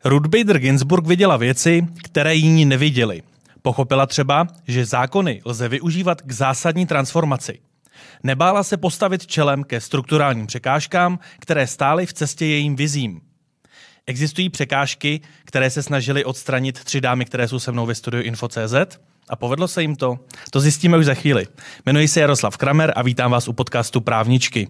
Ruth Bader Ginsburg viděla věci, které jiní neviděli. Pochopila třeba, že zákony lze využívat k zásadní transformaci. Nebála se postavit čelem ke strukturálním překážkám, které stály v cestě jejím vizím. Existují překážky, které se snažily odstranit 3 dámy, které jsou se mnou ve studiu Info.cz a povedlo se jim to? To zjistíme už za chvíli. Jmenuji se Jaroslav Kramer a vítám vás u podcastu Právničky.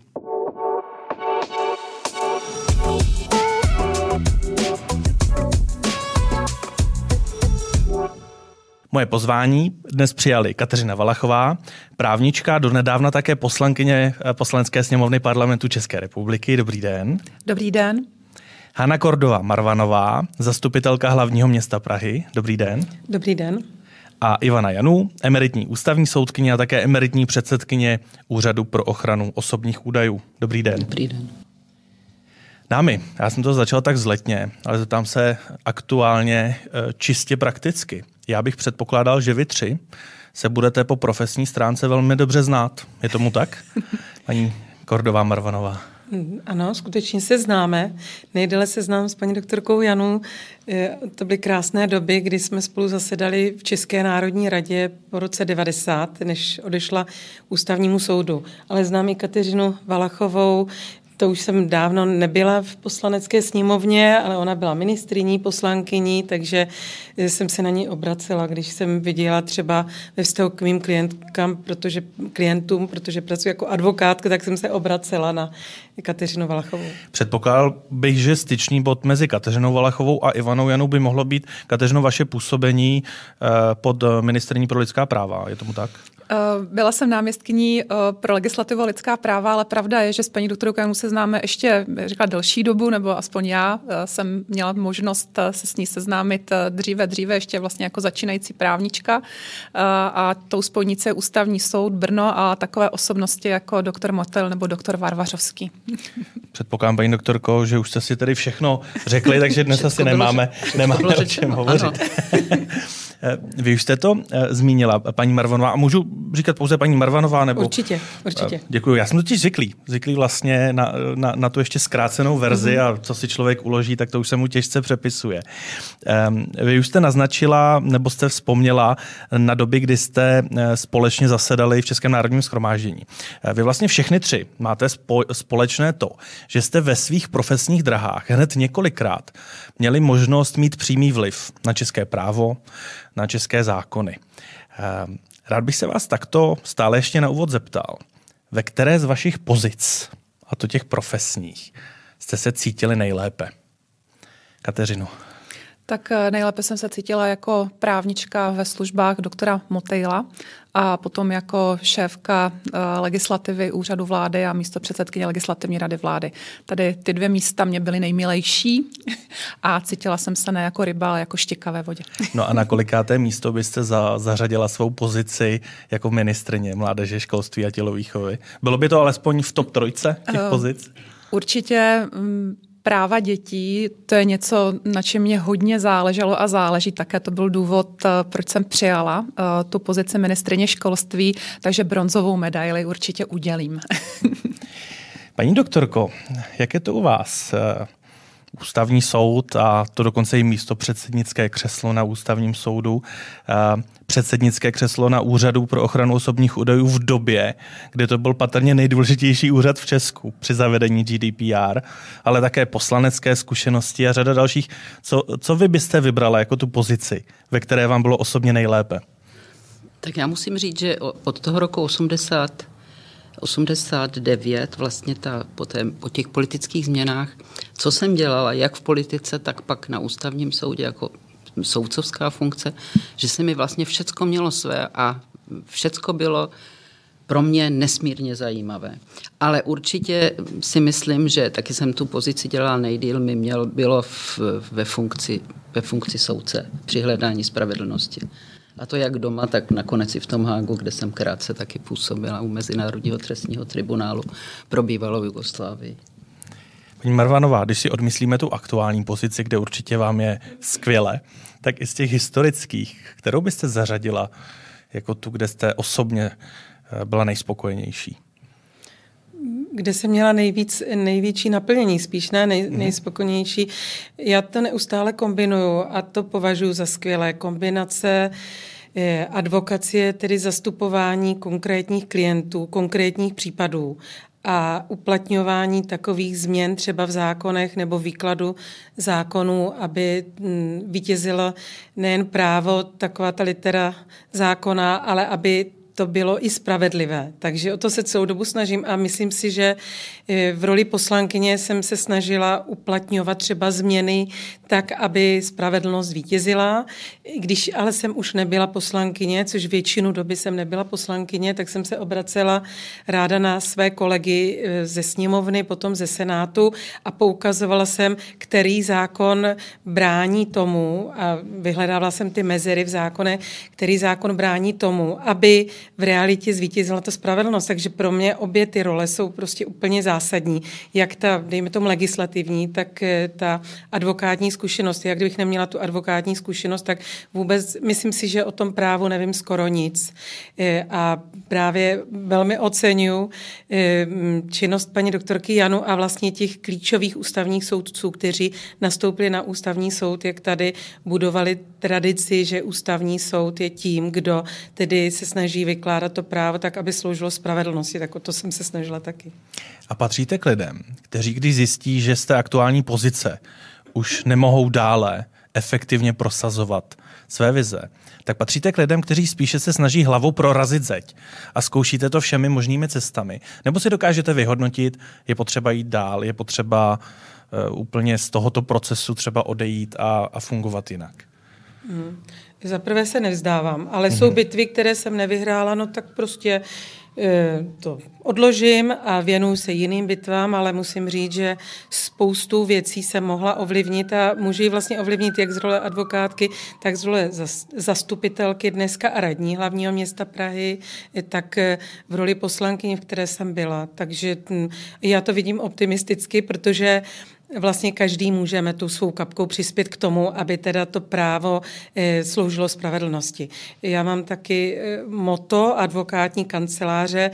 Moje pozvání dnes přijali Kateřina Valachová, právnička, donedávna také poslankyně Poslanecké sněmovny Parlamentu České republiky. Dobrý den. Dobrý den. Hana Kordová Marvanová, zastupitelka hlavního města Prahy. Dobrý den. Dobrý den. A Ivana Janů, emeritní ústavní soudkyně a také emeritní předsedkyně Úřadu pro ochranu osobních údajů. Dobrý den. Dobrý den. Dámy, já jsem to začal tak vzletně, ale zeptám se aktuálně čistě prakticky. Já bych předpokládal, že vy 3 se budete po profesní stránce velmi dobře znát. Je tomu tak? Paní Kordová Marvanová. Ano, skutečně se známe. Nejdéle se znám s paní doktorkou Janou. To byly krásné doby, kdy jsme spolu zasedali v České národní radě po roce 90, než odešla ústavnímu soudu. Ale znám i Kateřinu Valachovou. To už jsem dávno nebyla v poslanecké sněmovně, ale ona byla ministryní, poslankyní, takže jsem se na ní obracela, když jsem viděla třeba ve vztahu k mým klientům, protože pracuji jako advokátka, tak jsem se obracela na Kateřinu Valachovou. Předpokládal bych, že styčný bod mezi Kateřinou Valachovou a Ivanou Janou by mohlo být, Kateřino, vaše působení pod ministryní pro lidská práva. Je tomu tak? Byla jsem náměstkyní pro legislativu a lidská práva, ale pravda je, že s paní doktorkou Janou se známe ještě, řekla, delší dobu, nebo aspoň já jsem měla možnost se s ní seznámit dříve ještě vlastně jako začínající právnička a tou spojnicí je Ústavní soud Brno a takové osobnosti jako doktor Motel nebo doktor Varvařovský. Předpokládám, paní doktorko, že už jste si tady všechno řekli, takže dnes asi nemáme o čem hovořit. Vy už jste to zmínila, paní Marvanová, a můžu říkat pouze paní Marvanová? Nebo... Určitě. Děkuji, já jsem totiž zvyklý vlastně na tu ještě zkrácenou verzi a co si člověk uloží, tak to už se mu těžce přepisuje. Vy už jste naznačila, nebo jste vzpomněla na doby, kdy jste společně zasedali v Českém národním shromáždění. Vy vlastně všechny 3 máte společné to, že jste ve svých profesních drahách hned několikrát měli možnost mít přímý vliv na české právo, na české zákony. Rád bych se vás takto stále ještě na úvod zeptal, ve které z vašich pozic, a to těch profesních, jste se cítili nejlépe? Kateřino. Tak nejlépe jsem se cítila jako právnička ve službách doktora Motejla a potom jako šéfka legislativy úřadu vlády a místopředsedkyně legislativní rady vlády. Tady ty 2 místa mě byly nejmilejší a cítila jsem se ne jako ryba, ale jako štika ve vodě. No a na kolikáté místo byste zařadila svou pozici jako ministryně mládeže, školství a tělovýchovy? Bylo by to alespoň v top 3 těch pozic? Určitě. Práva dětí, to je něco, na čem mě hodně záleželo a záleží také. To byl důvod, proč jsem přijala tu pozici ministryně školství, takže bronzovou medaili určitě udělím. Paní doktorko, jak je to u vás? Ústavní soud a to dokonce i místopředsednické křeslo na ústavním soudu, předsednické křeslo na Úřadu pro ochranu osobních údajů v době, kdy to byl patrně nejdůležitější úřad v Česku při zavedení GDPR, ale také poslanecké zkušenosti a řada dalších. Co vy byste vybrala jako tu pozici, ve které vám bylo osobně nejlépe? Tak já musím říct, že od toho roku 89 vlastně po těch politických změnách, co jsem dělala, jak v politice, tak pak na ústavním soudě jako soudcovská funkce, že se mi vlastně všecko mělo své a všecko bylo pro mě nesmírně zajímavé. Ale určitě si myslím, že taky jsem tu pozici dělala nejdýl, bylo ve funkci soudce při hledání spravedlnosti. A to jak doma, tak nakonec i v tom Hágu, kde jsem krátce taky působila u Mezinárodního trestního tribunálu pro bývalou Jugoslávii. Paní Marvanová, když si odmyslíme tu aktuální pozici, kde určitě vám je skvěle, tak i z těch historických, kterou byste zařadila jako tu, kde jste osobně byla nejspokojenější? kde jsem měla největší naplnění, spíš ne nejspokojenější. Já to neustále kombinuju a to považuji za skvělé. Kombinace advokacie, tedy zastupování konkrétních klientů, konkrétních případů a uplatňování takových změn třeba v zákonech nebo výkladu zákonů, aby vítězilo nejen právo, taková ta litera zákona, ale aby to bylo i spravedlivé. Takže o to se celou dobu snažím a myslím si, že v roli poslankyně jsem se snažila uplatňovat třeba změny tak, aby spravedlnost vítězila. Když ale jsem už nebyla poslankyně, což většinu doby jsem nebyla poslankyně, tak jsem se obracela ráda na své kolegy ze sněmovny, potom ze Senátu a poukazovala jsem, který zákon brání tomu, a vyhledávala jsem ty mezery v zákone, který zákon brání tomu, aby v realitě zvítězila ta spravedlnost. Takže pro mě obě ty role jsou prostě úplně zásadní. Jak ta, dejme tomu legislativní, tak ta advokátní zkušenost. Já kdybych neměla tu advokátní zkušenost, tak vůbec myslím si, že o tom právu nevím skoro nic. A právě velmi oceňuji činnost paní doktorky Janu a vlastně těch klíčových ústavních soudců, kteří nastoupili na ústavní soud, jak tady budovali tradici, že ústavní soud je tím, kdo tedy se snaží vykládat to právo tak, aby sloužilo spravedlnosti. Tak o to jsem se snažila taky. A patříte k lidem, kteří když zjistí, že z té aktuální pozice už nemohou dále efektivně prosazovat své vize, tak patříte k lidem, kteří spíše se snaží hlavou prorazit zeď a zkoušíte to všemi možnými cestami? Nebo si dokážete vyhodnotit, je potřeba jít dál, je potřeba úplně z tohoto procesu třeba odejít a fungovat jinak? Za prvé se nevzdávám, ale jsou bitvy, které jsem nevyhrála, no tak prostě to odložím a věnuju se jiným bitvám, ale musím říct, že spoustu věcí jsem mohla ovlivnit a můžu ji vlastně ovlivnit jak z role advokátky, tak z role zastupitelky dneska a radní hlavního města Prahy, tak v roli poslankyně, v které jsem byla. Takže já to vidím optimisticky, protože vlastně každý můžeme tu svou kapkou přispět k tomu, aby teda to právo sloužilo spravedlnosti. Já mám taky motto advokátní kanceláře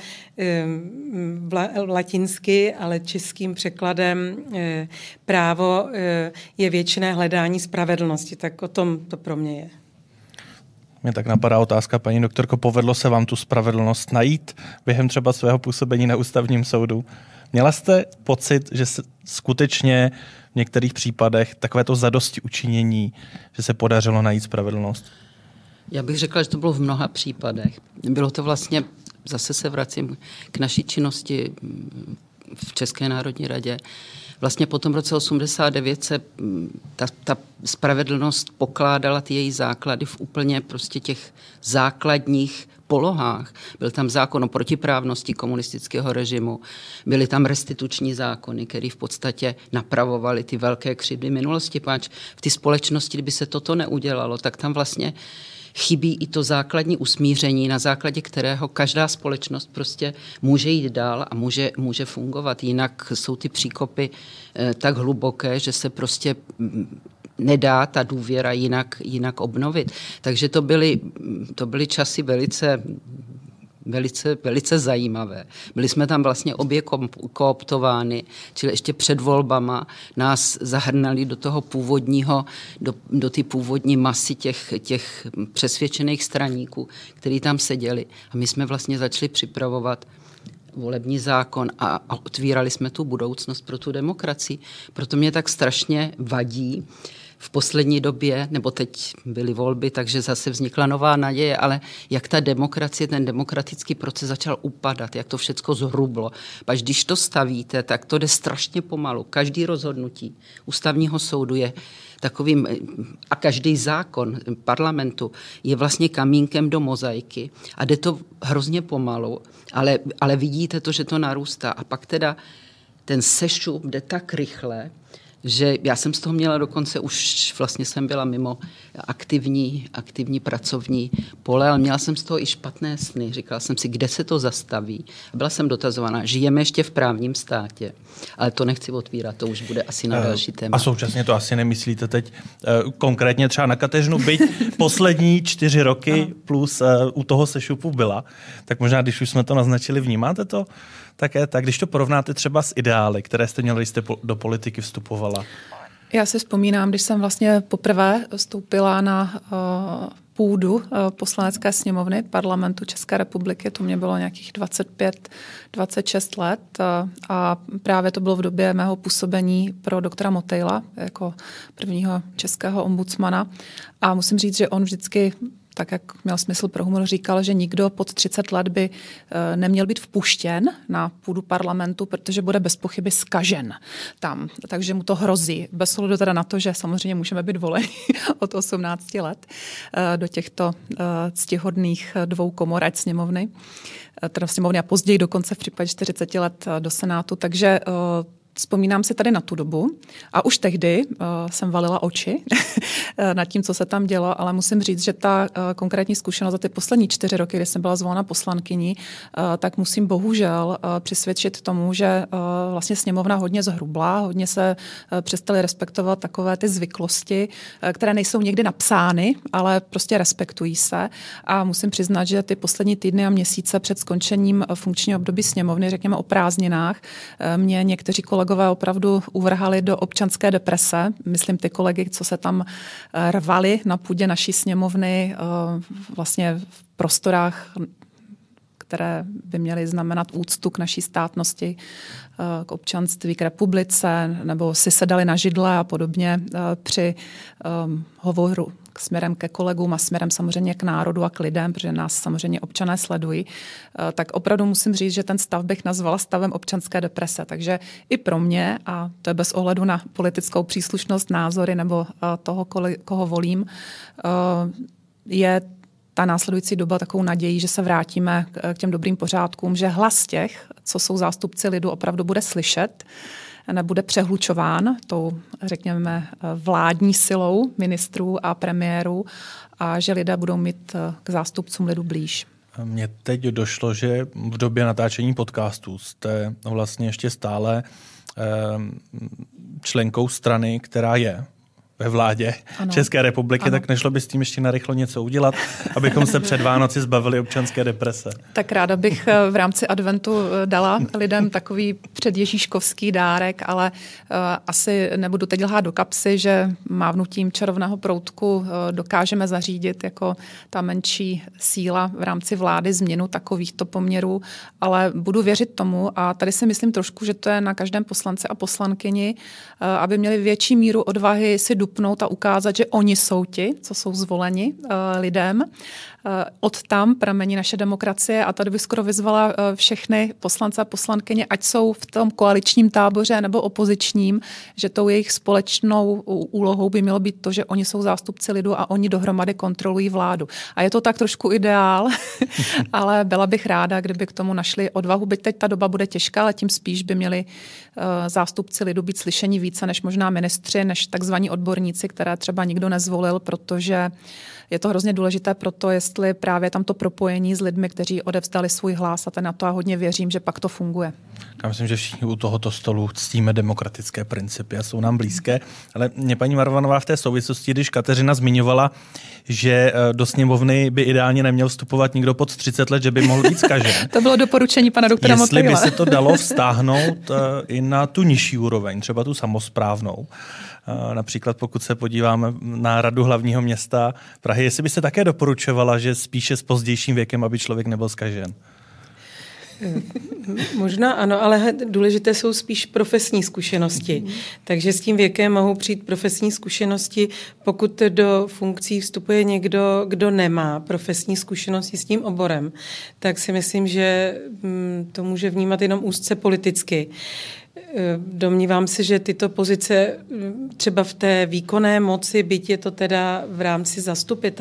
latinsky, ale českým překladem právo je věčné hledání spravedlnosti. Tak o tom to pro mě je. Mě tak napadá otázka, paní doktorko, povedlo se vám tu spravedlnost najít během třeba svého působení na ústavním soudu? Měla jste pocit, že se skutečně v některých případech takovéto zadosti učinění, že se podařilo najít spravedlnost? Já bych řekla, že to bylo v mnoha případech. Bylo to vlastně, zase se vracím k naší činnosti v České národní radě. Vlastně po tom roce 89 se ta spravedlnost pokládala ty její základy v úplně prostě těch základních polohách. Byl tam zákon o protiprávnosti komunistického režimu, byly tam restituční zákony, které v podstatě napravovaly ty velké křivdy minulosti, páč v té společnosti, kdyby se toto neudělalo, tak tam vlastně chybí i to základní usmíření, na základě kterého každá společnost prostě může jít dál a může fungovat. Jinak jsou ty příkopy tak hluboké, že se prostě nedá ta důvěra jinak obnovit. Takže to byly časy velice zajímavé. Byli jsme tam vlastně obě kooptovány, čili ještě před volbama nás zahrnali do toho původního, do ty původní masy těch přesvědčených straníků, kteří tam seděli. A my jsme vlastně začali připravovat volební zákon a otvírali jsme tu budoucnost pro tu demokracii. Proto mě tak strašně vadí v poslední době, nebo teď byly volby, takže zase vznikla nová naděje, ale jak ta demokracie, ten demokratický proces začal upadat, jak to všecko zhrublo. Až když to stavíte, tak to jde strašně pomalu. Každý rozhodnutí ústavního soudu je takovým, a každý zákon parlamentu je vlastně kamínkem do mozaiky a jde to hrozně pomalu, ale vidíte to, že to narůstá. A pak teda ten sešup jde tak rychle, že já jsem z toho měla dokonce, už vlastně jsem byla mimo aktivní pracovní pole, ale měla jsem z toho i špatné sny. Říkala jsem si, kde se to zastaví. Byla jsem dotazovaná, žijeme ještě v právním státě, ale to nechci otvírat, to už bude asi na další téma. A současně to asi nemyslíte teď konkrétně třeba na Kateřinu, byť poslední 4 roky plus u toho sešupu byla, tak možná, když už jsme to naznačili, vnímáte to také tak, když to porovnáte třeba s ideály, které jste měli, když jste do politiky vstupovala? Já si vzpomínám, když jsem vlastně poprvé vstoupila na půdu Poslanecké sněmovny Parlamentu České republiky, to mě bylo nějakých 25-26 let a právě to bylo v době mého působení pro doktora Motejla jako prvního českého ombudsmana a musím říct, že on vždycky, tak jak měl smysl pro humor, říkal, že nikdo pod 30 let by neměl být vpuštěn na půdu parlamentu, protože bude bez pochyby zkažen tam. Takže mu to hrozí. Bez ohledu teda na to, že samozřejmě můžeme být voleni od 18 let do těchto ctihodných 2 komor, ať sněmovny, teda sněmovny a později dokonce v případě 40 let do Senátu. Takže vzpomínám si tady na tu dobu a už tehdy jsem valila oči nad tím, co se tam dělo, ale musím říct, že ta konkrétní zkušenost za ty poslední 4 roky, kdy jsem byla zvolena poslankyní, tak musím bohužel přisvědčit tomu, že vlastně sněmovna hodně zhrubla, hodně se přestali respektovat takové ty zvyklosti, které nejsou někdy napsány, ale prostě respektují se a musím přiznat, že ty poslední týdny a měsíce před skončením funkčního období sněmovny, řekněme o prázdninách, mě někteří kolegové opravdu uvrhali do občanské deprese. Myslím ty kolegy, co se tam rvali na půdě naší sněmovny, vlastně v prostorách, které by měly znamenat úctu k naší státnosti, k občanství, k republice, nebo si sedali na židle a podobně při hovoru směrem ke kolegům a směrem samozřejmě k národu a k lidem, protože nás samozřejmě občané sledují, tak opravdu musím říct, že ten stav bych nazvala stavem občanské deprese. Takže i pro mě, a to je bez ohledu na politickou příslušnost, názory nebo toho, koho volím, je ta následující doba takovou nadějí, že se vrátíme k těm dobrým pořádkům, že hlas těch, co jsou zástupci lidu, opravdu bude slyšet, nebude přehlučován tou, řekněme, vládní silou ministrů a premiérů a že lidé budou mít k zástupcům lidu blíž. Mně teď došlo, že v době natáčení podcastů jste vlastně ještě stále členkou strany, která je ve vládě České republiky, tak nešlo by s tím ještě narychlo něco udělat, abychom se před Vánoci zbavili občanské deprese? Tak ráda bych v rámci adventu dala lidem takový předježíškovský dárek, ale asi nebudu teď lhát do kapsy, že mávnutím čarovného proutku dokážeme zařídit jako ta menší síla v rámci vlády změnu takovýchto poměrů, ale budu věřit tomu a tady si myslím trošku, že to je na každém poslanci a poslankyni, aby měli větší míru odvahy si dupnout a ukázat, že oni jsou ti, co jsou zvoleni lidem. Od tam pramení naše demokracie a tady bych skoro vyzvala všechny poslance a poslankyně, ať jsou v tom koaličním táboře nebo opozičním, že tou jejich společnou úlohou by mělo být to, že oni jsou zástupci lidu a oni dohromady kontrolují vládu. A je to tak trošku ideál, ale byla bych ráda, kdyby k tomu našli odvahu. Byť teď ta doba bude těžká, ale tím spíš by měli zástupci lidu být slyšeni více než možná ministři, než takzvaní odborníci, které třeba nikdo nezvolil, protože je to hrozně důležité pro to, jestli právě tam to propojení s lidmi, kteří odevzdali svůj hlas a ten na to a hodně věřím, že pak to funguje. Já myslím, že všichni u tohoto stolu ctíme demokratické principy a jsou nám blízké, ale mě paní Marvanová v té souvislosti, když Kateřina zmiňovala, že do sněmovny by ideálně neměl vstupovat nikdo pod 30 let, že by mohl být zkažen. To bylo doporučení pana doktora Motejla. Jestli by se to dalo vztáhnout i na tu nižší úroveň, třeba tu samosprávnou. Například pokud se podíváme na Radu hlavního města Prahy, jestli by se také doporučovala, že spíše s pozdějším věkem, aby člověk nebyl zkažen? Možná ano, ale důležité jsou spíš profesní zkušenosti. Takže s tím věkem mohou přijít profesní zkušenosti. Pokud do funkcí vstupuje někdo, kdo nemá profesní zkušenosti s tím oborem, tak si myslím, že to může vnímat jenom úzce politicky. Domnívám se, že tyto pozice třeba v té výkonné moci, byť je to teda v rámci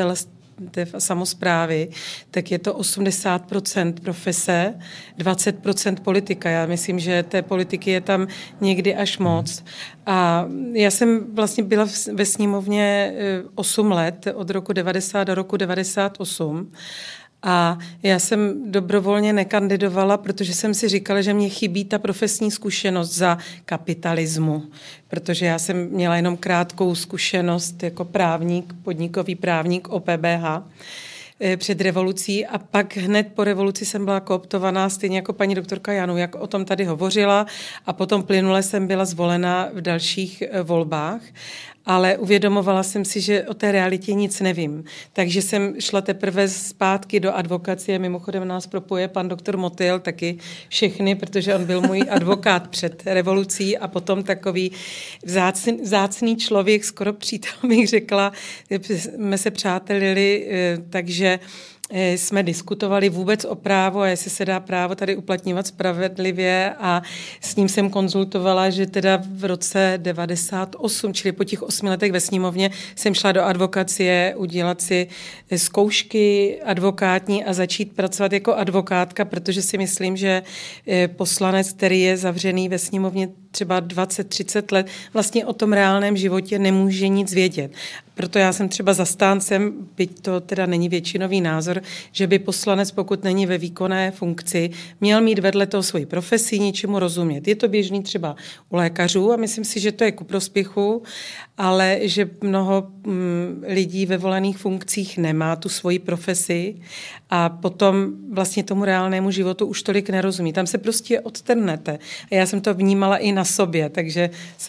té samosprávy, tak je to 80% profese, 20% politika. Já myslím, že té politiky je tam někdy až moc. A já jsem vlastně byla ve sněmovně 8 let, od roku 90 do roku 98. A já jsem dobrovolně nekandidovala, protože jsem si říkala, že mě chybí ta profesní zkušenost za kapitalismu, protože já jsem měla jenom krátkou zkušenost jako právník, podnikový právník OPBH před revolucí a pak hned po revoluci jsem byla kooptovaná stejně jako paní doktorka Janu, jak o tom tady hovořila a potom plynule jsem byla zvolena v dalších volbách. Ale uvědomovala jsem si, že o té realitě nic nevím. Takže jsem šla teprve zpátky do advokacie. Mimochodem nás propojuje pan doktor Motýl, taky všechny, protože on byl můj advokát před revolucí a potom takový vzácný člověk, skoro přítel bych řekla. Jsme se přátelili, takže jsme diskutovali vůbec o právo a jestli se dá právo tady uplatňovat spravedlivě a s ním jsem konzultovala, že teda v roce 98, čili po těch 8 letech ve sněmovně, jsem šla do advokacie udělat si zkoušky advokátní a začít pracovat jako advokátka, protože si myslím, že poslanec, který je zavřený ve sněmovně třeba 20-30 let, vlastně o tom reálném životě nemůže nic vědět. Proto já jsem třeba zastáncem, byť to teda není většinový názor, že by poslanec, pokud není ve výkonné funkci, měl mít vedle toho svoji profesi, něčemu rozumět. Je to běžný třeba u lékařů a myslím si, že to je ku prospěchu, ale že mnoho lidí ve volených funkcích nemá tu svoji profesi a potom vlastně tomu reálnému životu už tolik nerozumí. Tam se prostě odtrhnete. A já jsem to vnímala i na sobě, takže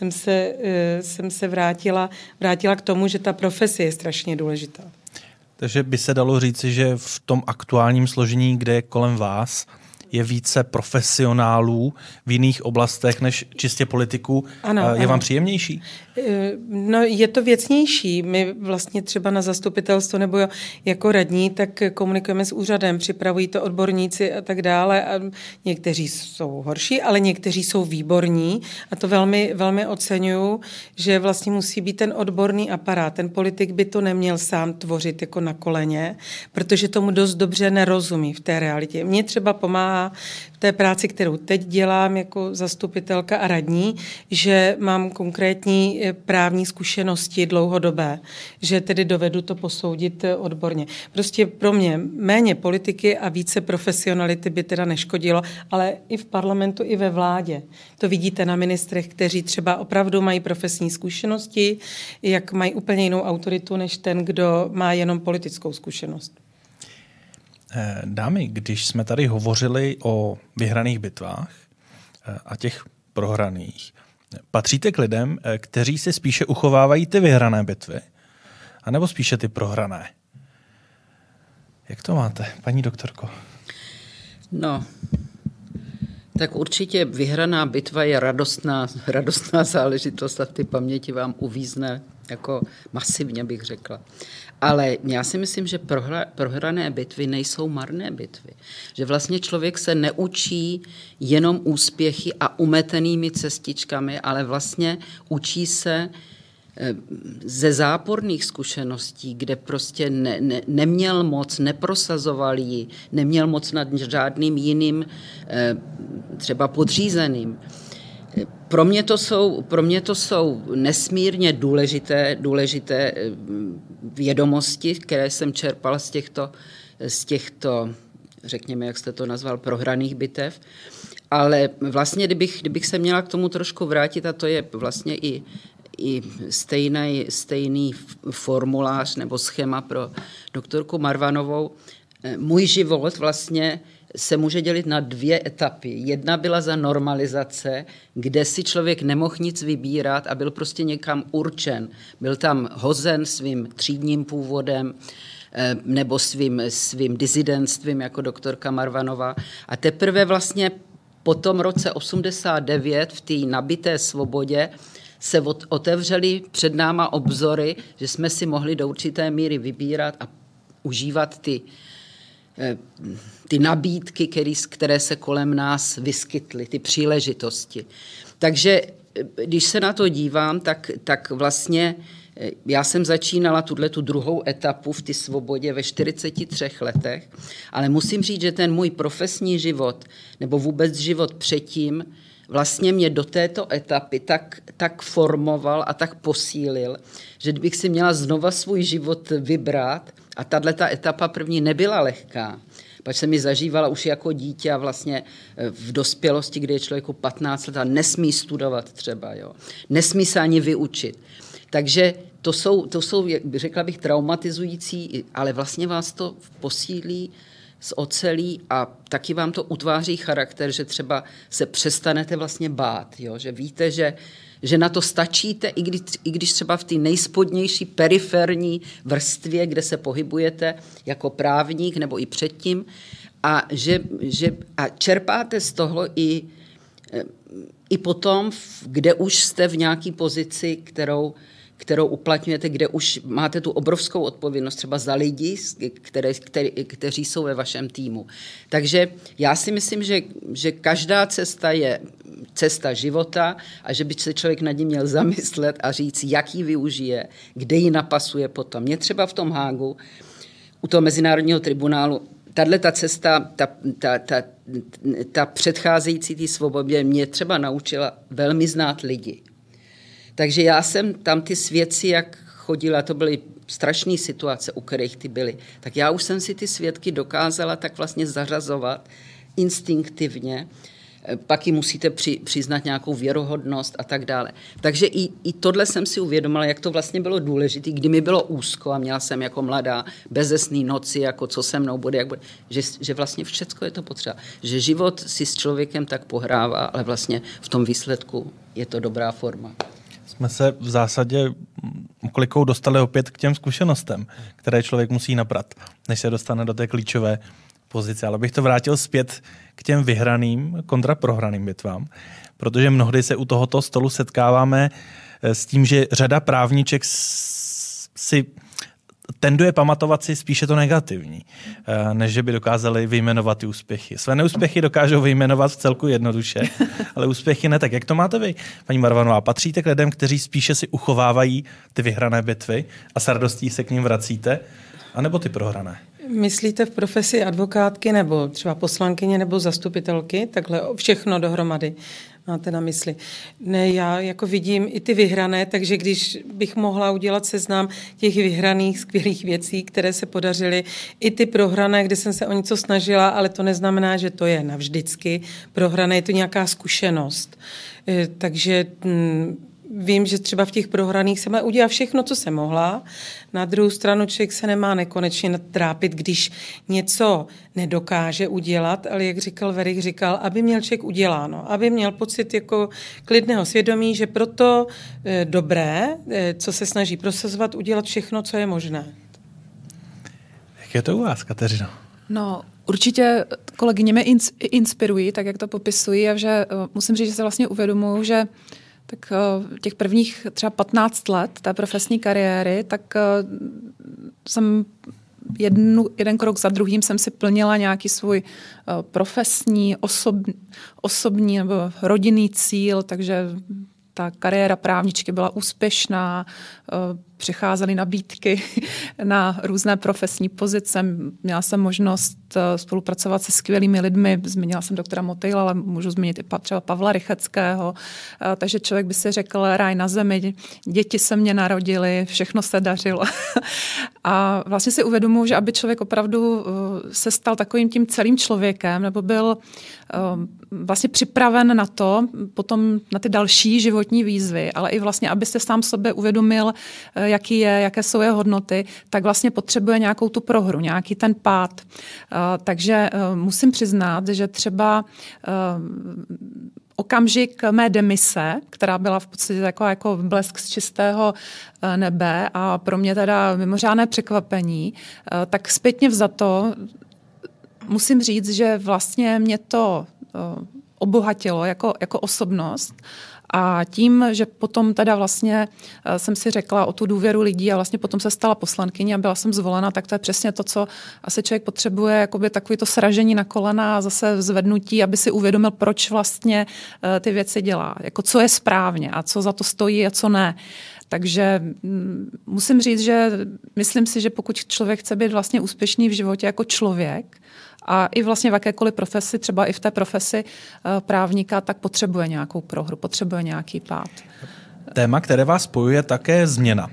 jsem se vrátila k tomu, že ta profese je strašně důležitá. Takže by se dalo říci, že v tom aktuálním složení, kde je kolem vás, je více profesionálů v jiných oblastech než čistě politiků. Ano, je vám příjemnější? No, je to věcnější. My vlastně třeba na zastupitelstvo nebo jako radní, tak komunikujeme s úřadem, připravují to odborníci a tak dále. A někteří jsou horší, ale někteří jsou výborní a to velmi, velmi oceňuju, že vlastně musí být ten odborný aparát. Ten politik by to neměl sám tvořit jako na koleně, protože tomu dost dobře nerozumí v té realitě. Mně třeba pomáhá v té práci, kterou teď dělám jako zastupitelka a radní, že mám konkrétní právní zkušenosti dlouhodobé, že tedy dovedu to posoudit odborně. Prostě pro mě méně politiky a více profesionality by teda neškodilo, ale i v parlamentu, i ve vládě. To vidíte na ministrech, kteří třeba opravdu mají profesní zkušenosti, jak mají úplně jinou autoritu, než ten, kdo má jenom politickou zkušenost. Dámy, když jsme tady hovořili o vyhraných bitvách a těch prohraných, patříte k lidem, kteří si spíše uchovávají ty vyhrané bitvy, anebo spíše ty prohrané? Jak to máte, paní doktorko? No, tak určitě vyhraná bitva je radostná záležitost a v té paměti vám uvízne jako masivně, bych řekla. Ale já si myslím, že prohrané bitvy nejsou marné bitvy. Že vlastně člověk se neučí jenom úspěchy a umetenými cestičkami, ale vlastně učí se ze záporných zkušeností, kde prostě neměl moc, neprosazoval ji, neměl moc nad žádným jiným třeba podřízeným. Pro mě to jsou nesmírně důležité vědomosti, které jsem čerpala z těchto, řekněme, jak jste to nazval, prohraných bitev. Ale vlastně, kdybych se měla k tomu trošku vrátit, a to je vlastně i stejný formulář nebo schéma pro doktorku Marvanovou, můj život vlastně se může dělit na 2 etapy. Jedna byla za normalizace, kde si člověk nemohl nic vybírat a byl prostě někam určen. Byl tam hozen svým třídním původem nebo svým disidentstvím jako doktorka Marvanová. A teprve vlastně po tom roce 89 v té nabité svobodě se otevřely před náma obzory, že jsme si mohli do určité míry vybírat a užívat ty nabídky, které se kolem nás vyskytly, ty příležitosti. Takže když se na to dívám, tak vlastně já jsem začínala tu druhou etapu v té svobodě ve 43 letech, ale musím říct, že ten můj profesní život, nebo vůbec život předtím, vlastně mě do této etapy tak formoval a tak posílil, že kdybych si měla znova svůj život vybrat, a tato etapa první nebyla lehká, protože jsem ji zažívala už jako dítě a vlastně v dospělosti, kdy je člověku 15 let a nesmí studovat třeba, jo. Nesmí se ani vyučit. Takže to jsou, řekla bych, traumatizující, ale vlastně vás to posílí, zocelí a taky vám to utváří charakter, že třeba se přestanete vlastně bát, jo? Že víte, že na to stačíte, i když třeba v té nejspodnější periferní vrstvě, kde se pohybujete jako právník nebo i předtím, a čerpáte z toho i potom, kde už jste v nějaké pozici, kterou uplatňujete, kde už máte tu obrovskou odpovědnost třeba za lidi, kteří jsou ve vašem týmu. Takže já si myslím, že každá cesta je cesta života a že by se člověk nad ní měl zamyslet a říct, jak ji využije, kde ji napasuje potom. Mě třeba v tom Hágu, u toho Mezinárodního tribunálu, tato cesta, ta předcházející té svobodě mě třeba naučila velmi znát lidi. Takže já jsem tam ty svědci, jak chodila, to byly strašné situace, u kterých ty byly, tak já už jsem si ty svědky dokázala tak vlastně zařazovat instinktivně, pak ji musíte přiznat nějakou věrohodnost a tak dále. Takže i tohle jsem si uvědomila, jak to vlastně bylo důležité, kdy mi bylo úzko a měla jsem jako mladá bezesný noci, jako co se mnou bude, jak bude, že vlastně všecko je to potřeba. Že život si s člověkem tak pohrává, ale vlastně v tom výsledku je to dobrá forma. Jsme se v zásadě okolikou dostali opět k těm zkušenostem, které člověk musí naprat, než se dostane do té klíčové pozice. Ale bych to vrátil zpět k těm vyhraným kontra prohraným bitvám, protože mnohdy se u tohoto stolu setkáváme s tím, že řada právníček si tenduje pamatovat si spíše to negativní, než že by dokázali vyjmenovat ty úspěchy. Své neúspěchy dokážou vyjmenovat v celku jednoduše, ale úspěchy ne. Tak jak to máte vy, paní Marvanová? Patříte k lidem, kteří spíše si uchovávají ty vyhrané bitvy a s radostí se k ním vracíte, anebo ty prohrané? Myslíte v profesi advokátky nebo třeba poslankyně nebo zastupitelky? Takhle všechno dohromady máte na mysli. Ne, já jako vidím i ty vyhrané, takže když bych mohla udělat seznam těch vyhraných skvělých věcí, které se podařily, i ty prohrané, kde jsem se o něco snažila, ale to neznamená, že to je navždycky. Prohrané je to nějaká zkušenost. Takže vím, že třeba v těch prohraných jsem udělala všechno, co jsem mohla. Na druhou stranu člověk se nemá nekonečně trápit, když něco nedokáže udělat, ale jak říkal Verich, aby měl člověk uděláno, aby měl pocit jako klidného svědomí, že proto dobré, co se snaží prosazovat, udělat všechno, co je možné. Jak je to u vás, Kateřino? No, určitě kolegyně mě inspirují, tak jak to popisují, a že musím říct, že se vlastně uvědomuji, že tak těch prvních třeba 15 let té profesní kariéry, tak jsem jeden krok za druhým jsem si plnila nějaký svůj profesní, osobní nebo rodinný cíl, takže ta kariéra právničky byla úspěšná, přicházely nabídky na různé profesní pozice. Měla jsem možnost spolupracovat se skvělými lidmi. Zmínila jsem doktora Motejla, ale můžu zmínit i třeba Pavla Rycheckého. Takže člověk by si řekl ráj na zemi, děti se mě narodily, všechno se dařilo. A vlastně si uvědomuji, že aby člověk opravdu se stal takovým tím celým člověkem, nebo byl vlastně připraven na to, potom na ty další životní výzvy, ale i vlastně, aby se sám sobě uvědomil, jaký je, jaké jsou jeho hodnoty, tak vlastně potřebuje nějakou tu prohru, nějaký ten pád. Takže musím přiznat, že třeba okamžik mé demise, která byla v podstatě jako blesk z čistého nebe a pro mě teda mimořádné překvapení, tak zpětně vzato musím říct, že vlastně mě to obohatilo jako osobnost. A tím, že potom teda vlastně jsem si řekla o tu důvěru lidí a vlastně potom se stala poslankyní a byla jsem zvolena, tak to je přesně to, co asi člověk potřebuje, jakoby takový to sražení na kolena a zase zvednutí, aby si uvědomil, proč vlastně ty věci dělá. Jako co je správně a co za to stojí a co ne. Takže musím říct, že myslím si, že pokud člověk chce být vlastně úspěšný v životě jako člověk a i vlastně v jakékoliv profesi, třeba i v té profesi právníka, tak potřebuje nějakou prohru, potřebuje nějaký pád. Téma, které vás spojuje, také změna.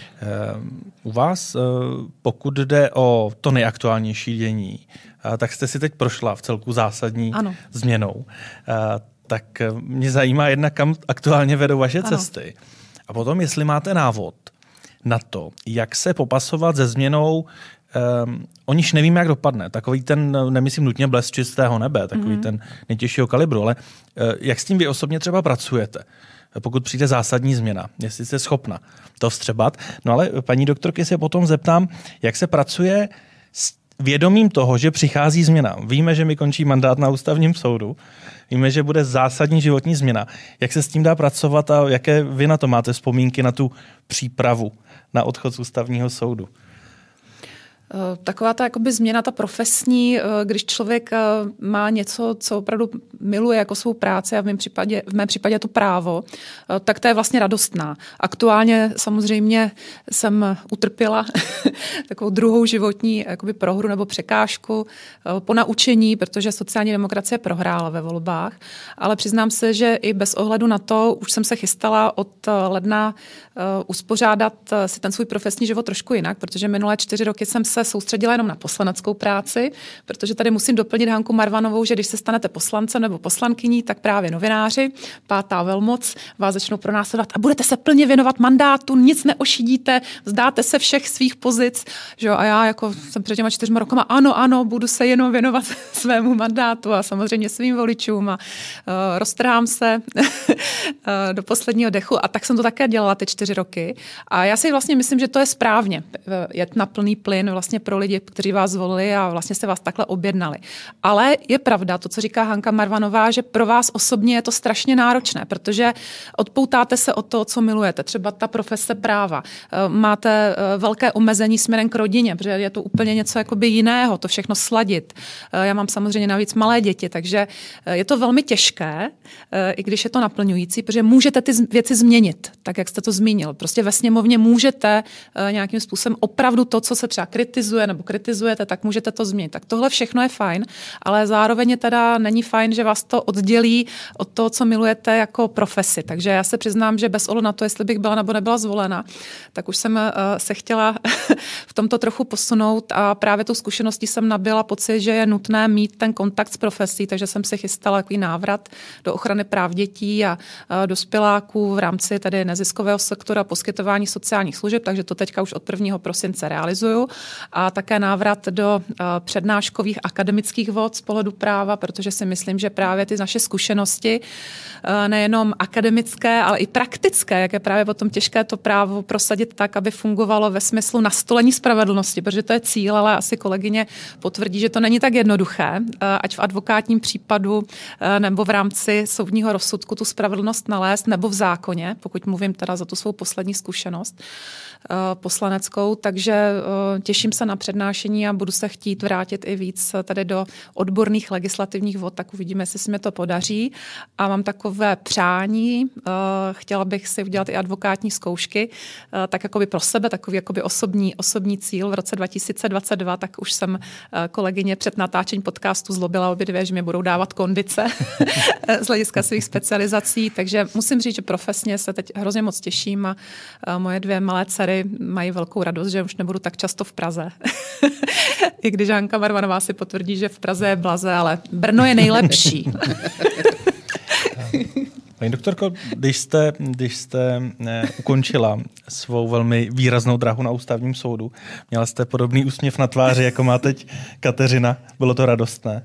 U vás, pokud jde o to nejaktuálnější dění, tak jste si teď prošla v celku zásadní změnou. Tak mě zajímá jedna, kam aktuálně vedou vaše cesty. A potom, jestli máte návod na to, jak se popasovat se změnou, o níž nevíme, jak dopadne. Takový ten, nemyslím nutně blesk čistého nebe, takový ten nejtěžšího kalibru, ale jak s tím vy osobně třeba pracujete? Pokud přijde zásadní změna, jestli jste schopna to vstřebat. No ale paní doktorky se potom zeptám, jak se pracuje s vědomím toho, že přichází změna. Víme, že mi končí mandát na ústavním soudu, víme, že bude zásadní životní změna. Jak se s tím dá pracovat a jaké vy na to máte vzpomínky, na tu přípravu na odchod z ústavního soudu? Taková ta jakoby změna, ta profesní, když člověk má něco, co opravdu miluje jako svou práci a v mém případě to právo, tak to je vlastně radostná. Aktuálně samozřejmě jsem utrpěla takovou druhou životní jakoby prohru nebo překážku po naučení, protože sociální demokracie prohrála ve volbách, ale přiznám se, že i bez ohledu na to už jsem se chystala od ledna uspořádat si ten svůj profesní život trošku jinak, protože minulé 4 roky jsem se soustředila jenom na poslaneckou práci, protože tady musím doplnit Hanku Marvanovou, že když se stanete poslancem nebo poslankyní, tak právě novináři, 5. velmoc, vás začnou pronásledovat a budete se plně věnovat mandátu, nic neošidíte, vzdáte se všech svých pozic. Že jo? A já jako jsem před těma 4 rokama, ano, budu se jenom věnovat svému mandátu a samozřejmě svým voličům a roztrhám se do posledního dechu a tak jsem to také dělala ty 4 roky. A já si vlastně myslím, že to je správně, jet na plný plyn vlastně pro lidi, kteří vás zvolili a vlastně se vás takhle objednali. Ale je pravda to, co říká Hanka Marvanová, že pro vás osobně je to strašně náročné, protože odpoutáte se od toho, co milujete. Třeba ta profese práva. Máte velké omezení směrem k rodině, protože je to úplně něco jakoby jiného, to všechno sladit. Já mám samozřejmě navíc malé děti, takže je to velmi těžké, i když je to naplňující, protože můžete ty věci změnit, tak jak jste to zmínil. Prostě ve sněmovně můžete nějakým způsobem opravdu to, co se třeba kritizuje nebo kritizujete, tak můžete to změnit. Tak tohle všechno je fajn, ale zároveň teda není fajn, že vás to oddělí od toho, co milujete jako profesi. Takže já se přiznám, že bez ohledu na to, jestli bych byla nebo nebyla zvolena, tak už jsem se chtěla v tomto trochu posunout a právě tou zkušeností jsem nabyla pocit, že je nutné mít ten kontakt s profesí, takže jsem si chystala takový návrat do ochrany práv dětí a dospěláků v rámci tedy neziskového sektora poskytování sociálních služeb, takže to teďka už od 1. prosince realizuju. A také návrat do přednáškových akademických vod z pohledu práva, protože si myslím, že právě ty naše zkušenosti, nejenom akademické, ale i praktické, jak je právě potom těžké to právo prosadit tak, aby fungovalo ve smyslu nastolení spravedlnosti, protože to je cíl, ale asi kolegyně potvrdí, že to není tak jednoduché, ať v advokátním případu nebo v rámci soudního rozsudku tu spravedlnost nalézt, nebo v zákoně, pokud mluvím teda za tu svou poslední zkušenost poslaneckou, takže těším se na přednášení a budu se chtít vrátit i víc tady do odborných legislativních vod, tak uvidíme, jestli se mi to podaří. A mám takové přání, chtěla bych si udělat i advokátní zkoušky, tak jakoby pro sebe, takový jakoby osobní cíl v roce 2022, tak už jsem kolegyně před natáčením podcastu zlobila obě dvě, že mi budou dávat kondice z hlediska svých specializací, takže musím říct, že profesně se teď hrozně moc těším a moje 2 malé dcery mají velkou radost, že už nebudu tak často v Praze. I když Hanka Marvanová si potvrdí, že v Praze je blaze, ale Brno je nejlepší. Paní doktorko, když jste ukončila svou velmi výraznou dráhu na ústavním soudu, měla jste podobný úsměv na tváři, jako má teď Kateřina. Bylo to radostné?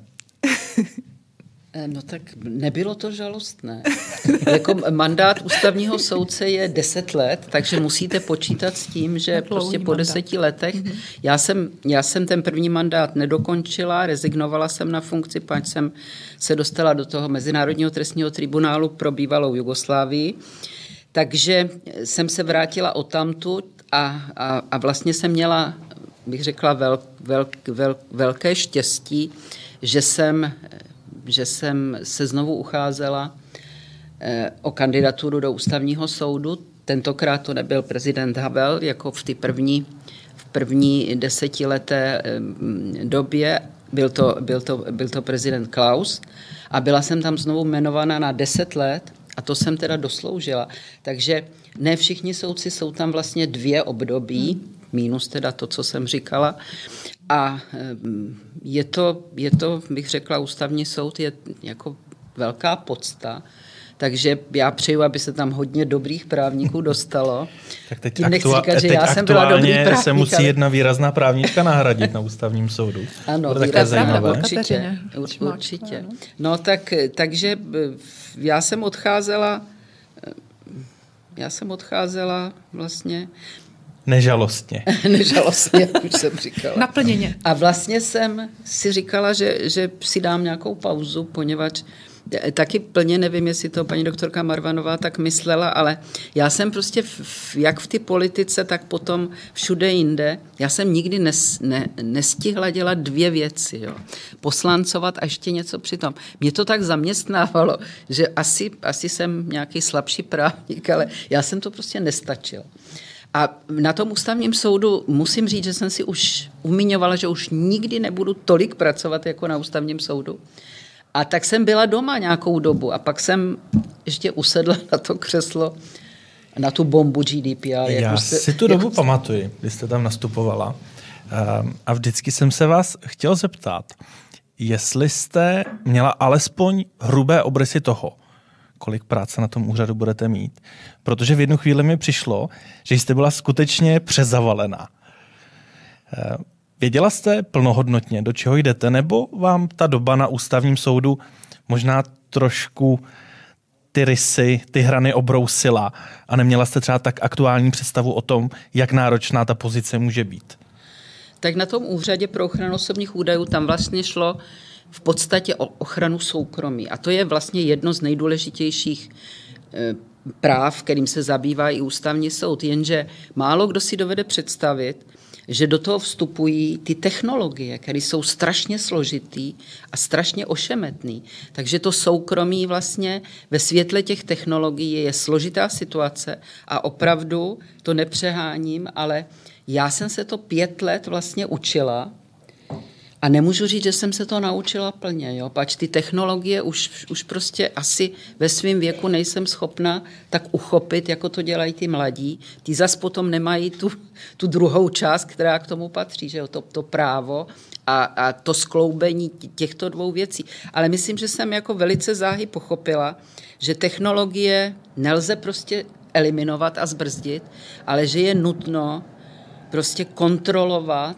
No tak nebylo to žalostné. Jako mandát ústavního soudce je 10 let, takže musíte počítat s tím, že prostě po 10 letech. Já jsem ten první mandát nedokončila, rezignovala jsem na funkci, pač jsem se dostala do toho Mezinárodního trestního tribunálu pro bývalou Jugoslávii. Takže jsem se vrátila odtamtud a vlastně jsem měla, bych řekla, velké štěstí, že jsem se znovu ucházela o kandidaturu do ústavního soudu. tentokrát to nebyl prezident Havel, jako v první desetileté době, byl to prezident Klaus a byla jsem tam znovu jmenovaná na 10 let a to jsem teda dosloužila. Takže ne všichni soudci, jsou tam vlastně 2 období, minus teda to, co jsem říkala. A je to, bych řekla, ústavní soud je jako velká podsta, takže já přeju, aby se tam hodně dobrých právníků dostalo. Tak teď, aktuálně se musí jedna výrazná právnička nahradit na ústavním soudu. Ano, určitě. No takže já jsem odcházela vlastně nežalostně. Nežalostně, už jsem říkala. Naplněně. A vlastně jsem si říkala, že si dám nějakou pauzu, poněvadž taky plně nevím, jestli to paní doktorka Marvanová tak myslela, ale já jsem prostě jak v té politice, tak potom všude jinde, já jsem nikdy nestihla dělat 2 věci. Jo. Poslancovat a ještě něco přitom. Mě to tak zaměstnávalo, že asi jsem nějaký slabší právník, ale já jsem to prostě nestačila. A na tom ústavním soudu musím říct, že jsem si už umiňovala, že už nikdy nebudu tolik pracovat jako na ústavním soudu. A tak jsem byla doma nějakou dobu a pak jsem ještě usedla na to křeslo, na tu bombu GDPR. Já si tu dobu pamatuji, když jste tam nastupovala. A vždycky jsem se vás chtěl zeptat, jestli jste měla alespoň hrubé obrysy toho, kolik práce na tom úřadu budete mít. Protože v jednu chvíli mi přišlo, že jste byla skutečně přezavalená. Věděla jste plnohodnotně, do čeho jdete, nebo vám ta doba na ústavním soudu možná trošku ty rysy, ty hrany obrousila a neměla jste třeba tak aktuální představu o tom, jak náročná ta pozice může být? Tak na tom úřadě pro ochranu osobních údajů tam vlastně šlo v podstatě o ochranu soukromí. A to je vlastně jedno z nejdůležitějších práv, kterým se zabývá i ústavní soud, jenže málo kdo si dovede představit, že do toho vstupují ty technologie, které jsou strašně složitý a strašně ošemetný. Takže to soukromí vlastně ve světle těch technologií je složitá situace a opravdu to nepřeháním, ale já jsem se to 5 let vlastně učila a nemůžu říct, že jsem se to naučila plně. Jo? Pač ty technologie už prostě asi ve svém věku nejsem schopna tak uchopit, jako to dělají ty mladí. Ty zas potom nemají tu druhou část, která k tomu patří, že jo? To právo a to skloubení těchto 2 věcí. Ale myslím, že jsem jako velice záhy pochopila, že technologie nelze prostě eliminovat a zbrzdit, ale že je nutno prostě kontrolovat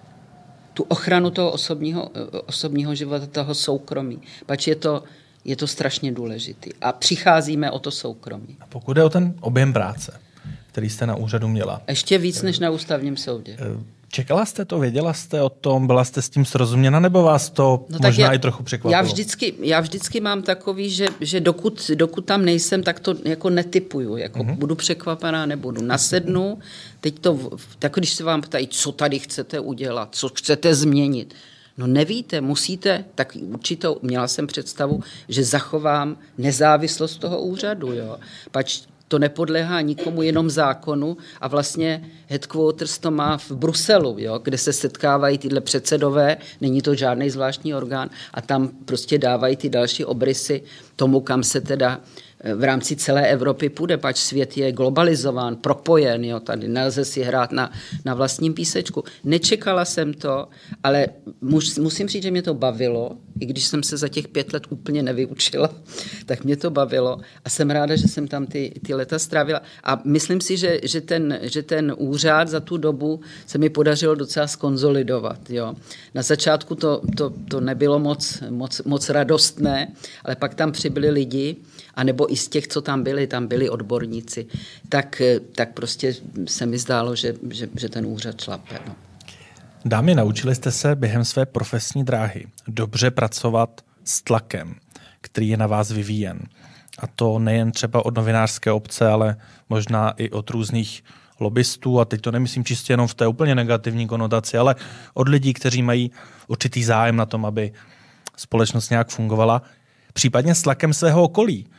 tu ochranu toho osobního života, toho soukromí. Pač je to strašně důležitý. A přicházíme o to soukromí. A pokud je o ten objem práce, který jste na úřadu měla? Ještě víc než na ústavním soudě. Čekala jste to, věděla jste o tom, byla jste s tím srozuměna, nebo vás to možná i trochu překvapilo? Já vždycky mám takový, že dokud tam nejsem, tak to jako netypuju. Jako budu překvapená, nebudu. Nasednu, teď tak když se vám ptají, co tady chcete udělat, co chcete změnit. No nevíte, musíte, tak určitou, měla jsem představu, že zachovám nezávislost toho úřadu. Jo. Pač to nepodléhá nikomu, jenom zákonu a vlastně headquarters to má v Bruselu, jo, kde se setkávají tyhle předsedové, není to žádný zvláštní orgán a tam prostě dávají ty další obrysy tomu, kam se teda v rámci celé Evropy půjde, pač svět je globalizován, propojen, jo, tady nelze si hrát na vlastním písečku. Nečekala jsem to, ale musím říct, že mě to bavilo, i když jsem se za těch 5 let úplně nevyučila, tak mě to bavilo a jsem ráda, že jsem tam ty leta strávila. A myslím si, že ten úřad za tu dobu se mi podařilo docela skonzolidovat. Jo. Na začátku to nebylo moc radostné, ale pak tam přibyli lidi, anebo i z těch, co tam byli odborníci, tak prostě se mi zdálo, že ten úřad šlape. No. Dámy, naučili jste se během své profesní dráhy dobře pracovat s tlakem, který je na vás vyvíjen. A to nejen třeba od novinářské obce, ale možná i od různých lobbystů, a teď to nemyslím čistě jenom v té úplně negativní konotaci, ale od lidí, kteří mají určitý zájem na tom, aby společnost nějak fungovala, případně s tlakem svého okolí.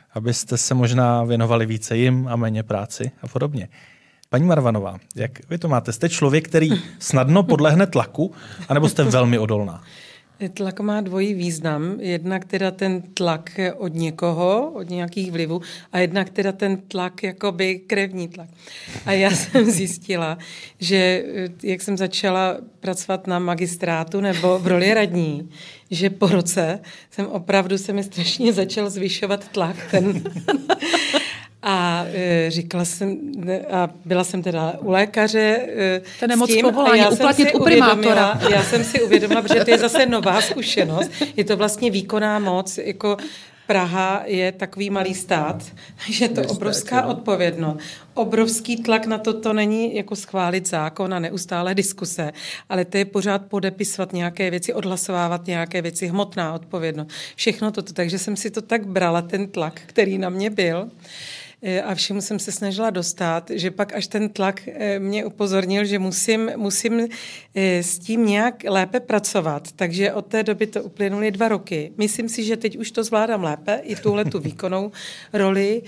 abyste se možná věnovali více jim a méně práci a podobně. Paní Marvanová, jak vy to máte? Jste člověk, který snadno podlehne tlaku, anebo jste velmi odolná? Tlak má dvojí význam. Jednak teda ten tlak od někoho, od nějakých vlivů, a jednak teda ten tlak, jakoby krevní tlak. A já jsem zjistila, že jak jsem začala pracovat na magistrátu nebo v roli radní, že po roce se mi strašně začal zvyšovat tlak. A říkala jsem, a byla jsem teda u lékaře to je nemoc povolání, uplatnit u primátora. Já jsem si uvědomila, protože to je zase nová zkušenost, je to vlastně výkonná moc, jako Praha je takový malý stát, že je to obrovská odpovědnost. Obrovský tlak na to není jako schválit zákon a neustále diskuse, ale to je pořád podepisovat nějaké věci, odhlasovávat nějaké věci, hmotná odpovědnost. Všechno toto, takže jsem si to tak brala, ten tlak, který na mě byl, a všemu jsem se snažila dostat, že pak až ten tlak mě upozornil, že musím s tím nějak lépe pracovat. Takže od té doby to uplynuly 2 roky. Myslím si, že teď už to zvládám lépe, i tuhle tu výkonnou roli,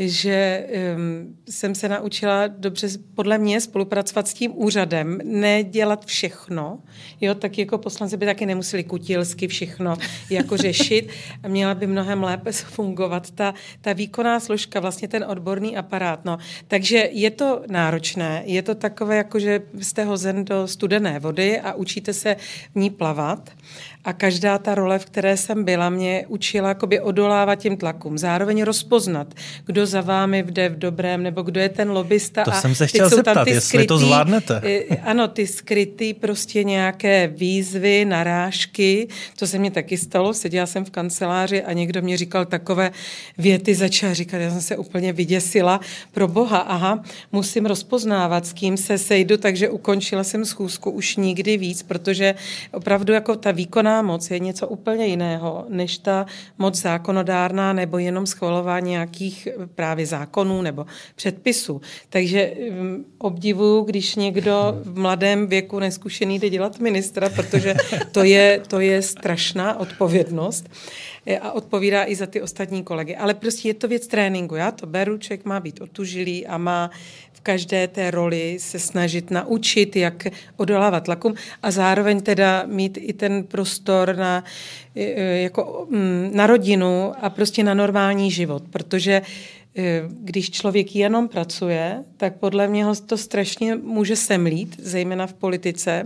že jsem se naučila dobře podle mě spolupracovat s tím úřadem, nedělat všechno. Jo, tak jako poslanci by taky nemuseli kutilsky všechno jako řešit a měla by mnohem lépe fungovat ta výkonná složka, vlastně ten odborný aparát. No. Takže je to náročné, je to takové, jako že jste hozen do studené vody a učíte se v ní plavat. A každá ta role, v které jsem byla, mě učila jakoby odolávat těm tlakům. Zároveň rozpoznat, kdo za vámi jde v dobrém, nebo kdo je ten lobista. To jsem se chtěl zeptat, jestli to zvládnete. Ano, ty skrytý prostě nějaké výzvy, narážky. To se mně taky stalo. Seděla jsem v kanceláři a někdo mě říkal takové věty, začala říkat, já jsem se úplně vyděsila. Pro boha, aha, musím rozpoznávat, s kým se sejdu, takže ukončila jsem schůzku už nikdy víc, protože opravdu jako ta výkonná moc je něco úplně jiného, než ta moc zákonodárná nebo jenom schvalování nějakých právě zákonů nebo předpisů. Takže obdivuju, když někdo v mladém věku neskušený jde dělat ministra, protože to je strašná odpovědnost a odpovídá i za ty ostatní kolegy. Ale prostě je to věc tréninku. Já to beru, člověk má být otužilý a má v každé té roli se snažit naučit, jak odolávat tlakům a zároveň teda mít i ten prostor na rodinu a prostě na normální život, protože když člověk jenom pracuje, tak podle mě ho to strašně může semlít, zejména v politice.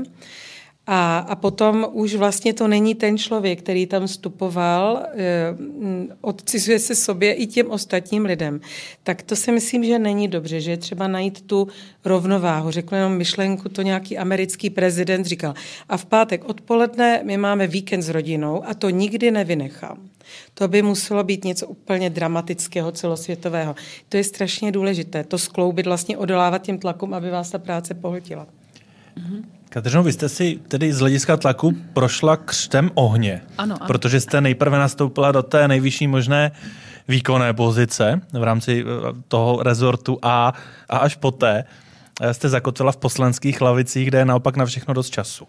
A potom už vlastně to není ten člověk, který tam vstupoval, odcizuje se sobě i těm ostatním lidem. Tak to si myslím, že není dobře, že je třeba najít tu rovnováhu. Řeknu jenom myšlenku, to nějaký americký prezident říkal. A v pátek odpoledne my máme víkend s rodinou a to nikdy nevynechám. To by muselo být něco úplně dramatického, celosvětového. To je strašně důležité, to skloubit, vlastně odolávat těm tlakům, aby vás ta práce pohltila. Kateřino, vy jste si tedy z hlediska tlaku prošla křtem ohně, ano. Protože jste nejprve nastoupila do té nejvyšší možné výkonné pozice v rámci toho rezortu a až poté jste zakotvila v poslaneckých lavicích, kde je naopak na všechno dost času.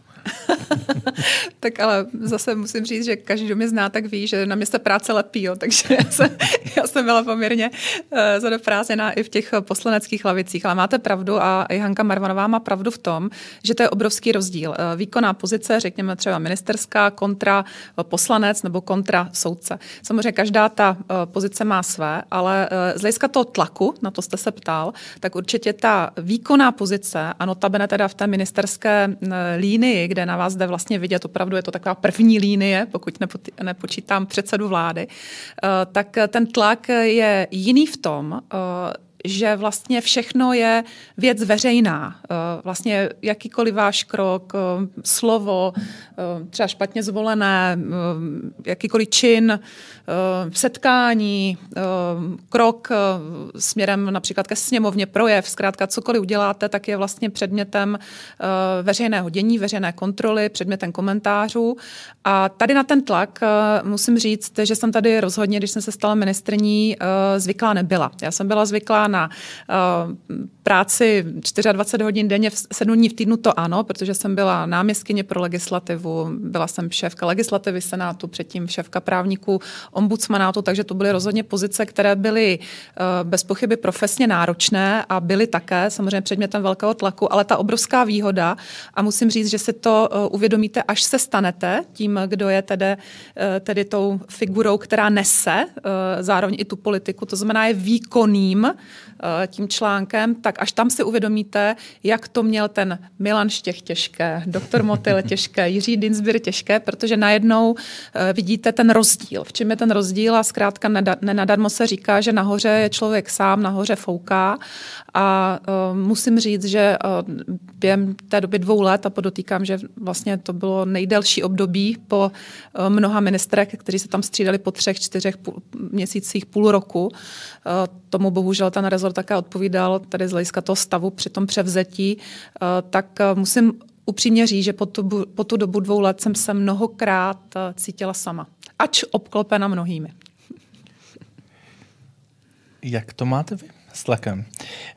Tak ale zase musím říct, že každý, kdo mě zná, tak ví, že na mě se práce lepí, jo, takže já jsem byla poměrně zaneprázdněná i v těch poslaneckých lavicích. Ale máte pravdu a i Hanka Marvanová má pravdu v tom, že to je obrovský rozdíl. Výkonná pozice, řekněme třeba ministerská, kontra poslanec nebo kontra soudce. Samozřejmě každá ta pozice má své, ale z hlediska toho tlaku, na to jste se ptal, tak určitě ta výkonná pozice, a notabene teda v té ministerské línii, kde na vás jde vlastně vidět, opravdu je to taková první línie, pokud nepočítám předsedu vlády, tak ten tlak je jiný v tom, že vlastně všechno je věc veřejná. Vlastně jakýkoliv váš krok, slovo, třeba špatně zvolené, jakýkoliv čin, setkání, krok směrem například ke sněmovně, projev, zkrátka cokoliv uděláte, tak je vlastně předmětem veřejného dění, veřejné kontroly, předmětem komentářů. A tady na ten tlak musím říct, že jsem tady rozhodně, když jsem se stala ministryní, zvyklá nebyla. Já jsem byla zvyklá na práci 24 hodin denně, 7 dní v týdnu, to ano, protože jsem byla náměstkyně pro legislativu, byla jsem šéfka legislativy Senátu, předtím šéfka právníků ombudsmanátu, takže to byly rozhodně pozice, které byly bez pochyby profesně náročné a byly také samozřejmě předmětem velkého tlaku, ale ta obrovská výhoda, a musím říct, že si to uvědomíte, až se stanete tím, kdo je tedy tou figurou, která nese zároveň i tu politiku, to znamená je výkonným tím článkem, tak až tam si uvědomíte, jak to měl ten Milan Štěch těžké, doktor Motýl těžké, Jiří Dienstbier těžké, protože najednou vidíte ten rozdíl. V čem je ten rozdíl a zkrátka nenadarmo se říká, že nahoře je člověk sám, nahoře fouká a musím říct, že během té doby 2 let a podotýkám, že vlastně to bylo nejdelší období po mnoha ministrech, kteří se tam střídali po 3-4 měsících, půl roku. Tomu bohužel ten rezort také odpovídal, tedy z hlediska toho stavu při tom převzetí, tak musím upřímně říct, že po tu dobu 2 let jsem se mnohokrát cítila sama. Ač obklopena mnohými. Jak to máte vy s tlakem?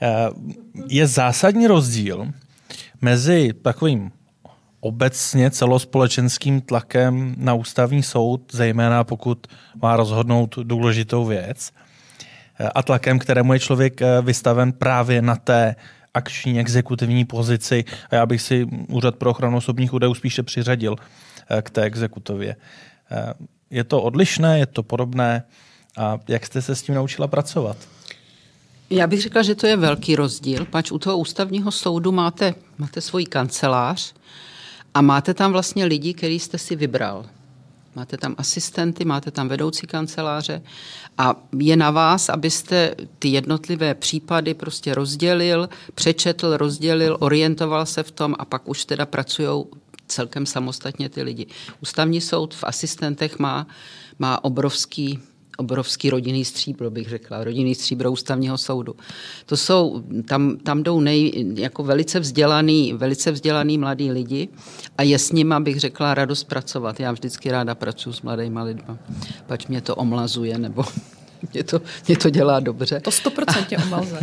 Je zásadní rozdíl mezi takovým obecně celospolečenským tlakem na ústavní soud, zejména pokud má rozhodnout důležitou věc, a tlakem, kterému je člověk vystaven právě na té akční exekutivní pozici. A já bych si Úřad pro ochranu osobních údajů spíše přiřadil k té exekutivě. Je to odlišné, je to podobné? A jak jste se s tím naučila pracovat? Já bych řekla, že to je velký rozdíl, pač u toho ústavního soudu máte svoji kancelář a máte tam vlastně lidi, který jste si vybral. Máte tam asistenty, máte tam vedoucí kanceláře a je na vás, abyste ty jednotlivé případy prostě rozdělil, přečetl, rozdělil, orientoval se v tom a pak už teda pracujou celkem samostatně ty lidi. Ústavní soud v asistentech má obrovský rodinný stříbro, bych řekla, rodinný stříbro ústavního soudu. To jsou, tam jdou jako velice vzdělaný mladí lidi a je s nimi, bych řekla, radost pracovat. Já vždycky ráda pracuji s mladýma lidma, pač mě to omlazuje, nebo mě to dělá dobře. To 100% omlazuje.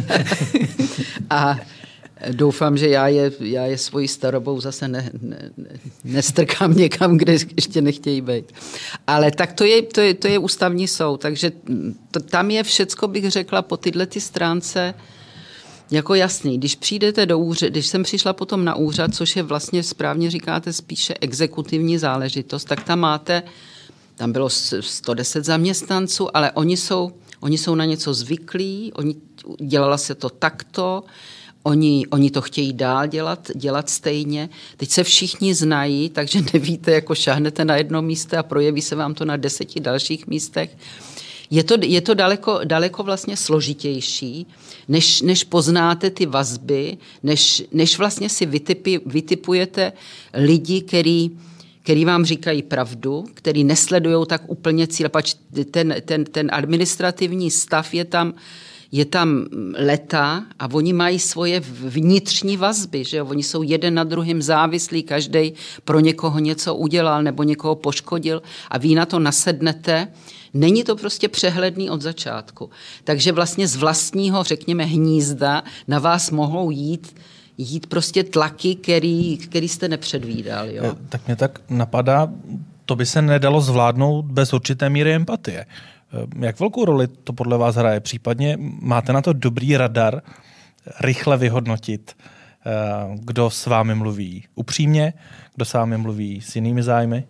A doufám, že já je svojí starobou zase nestrkám někam, kde ještě nechtějí být. Ale tak to je ústavní soud, takže tam je všecko, bych řekla, po tyhle ty stránce jako jasný. Když přijdete do úřadu, když jsem přišla potom na úřad, což je vlastně správně říkáte spíše exekutivní záležitost, tak tam bylo 110 zaměstnanců, ale oni jsou na něco zvyklí, dělala se to takto, Oni to chtějí dál dělat stejně. Teď se všichni znají, takže nevíte, jako šáhnete na jedno místo a projeví se vám to na 10 dalších místech. Je to daleko vlastně složitější, než poznáte ty vazby, než vlastně si vytipujete lidi, který vám říkají pravdu, který nesledujou tak úplně cíl. Pač ten administrativní stav je tam leta a oni mají svoje vnitřní vazby, že jo? Oni jsou jeden na druhém závislí, každej pro někoho něco udělal nebo někoho poškodil a vy na to nasednete. Není to prostě přehledný od začátku. Takže vlastně z vlastního, řekněme, hnízda na vás mohou jít prostě tlaky, který jste nepředvídal. Jo? Tak mě tak napadá, to by se nedalo zvládnout bez určité míry empatie. Jak velkou roli to podle vás hraje? Případně máte na to dobrý radar rychle vyhodnotit, kdo s vámi mluví upřímně, kdo s vámi mluví s jinými zájmy?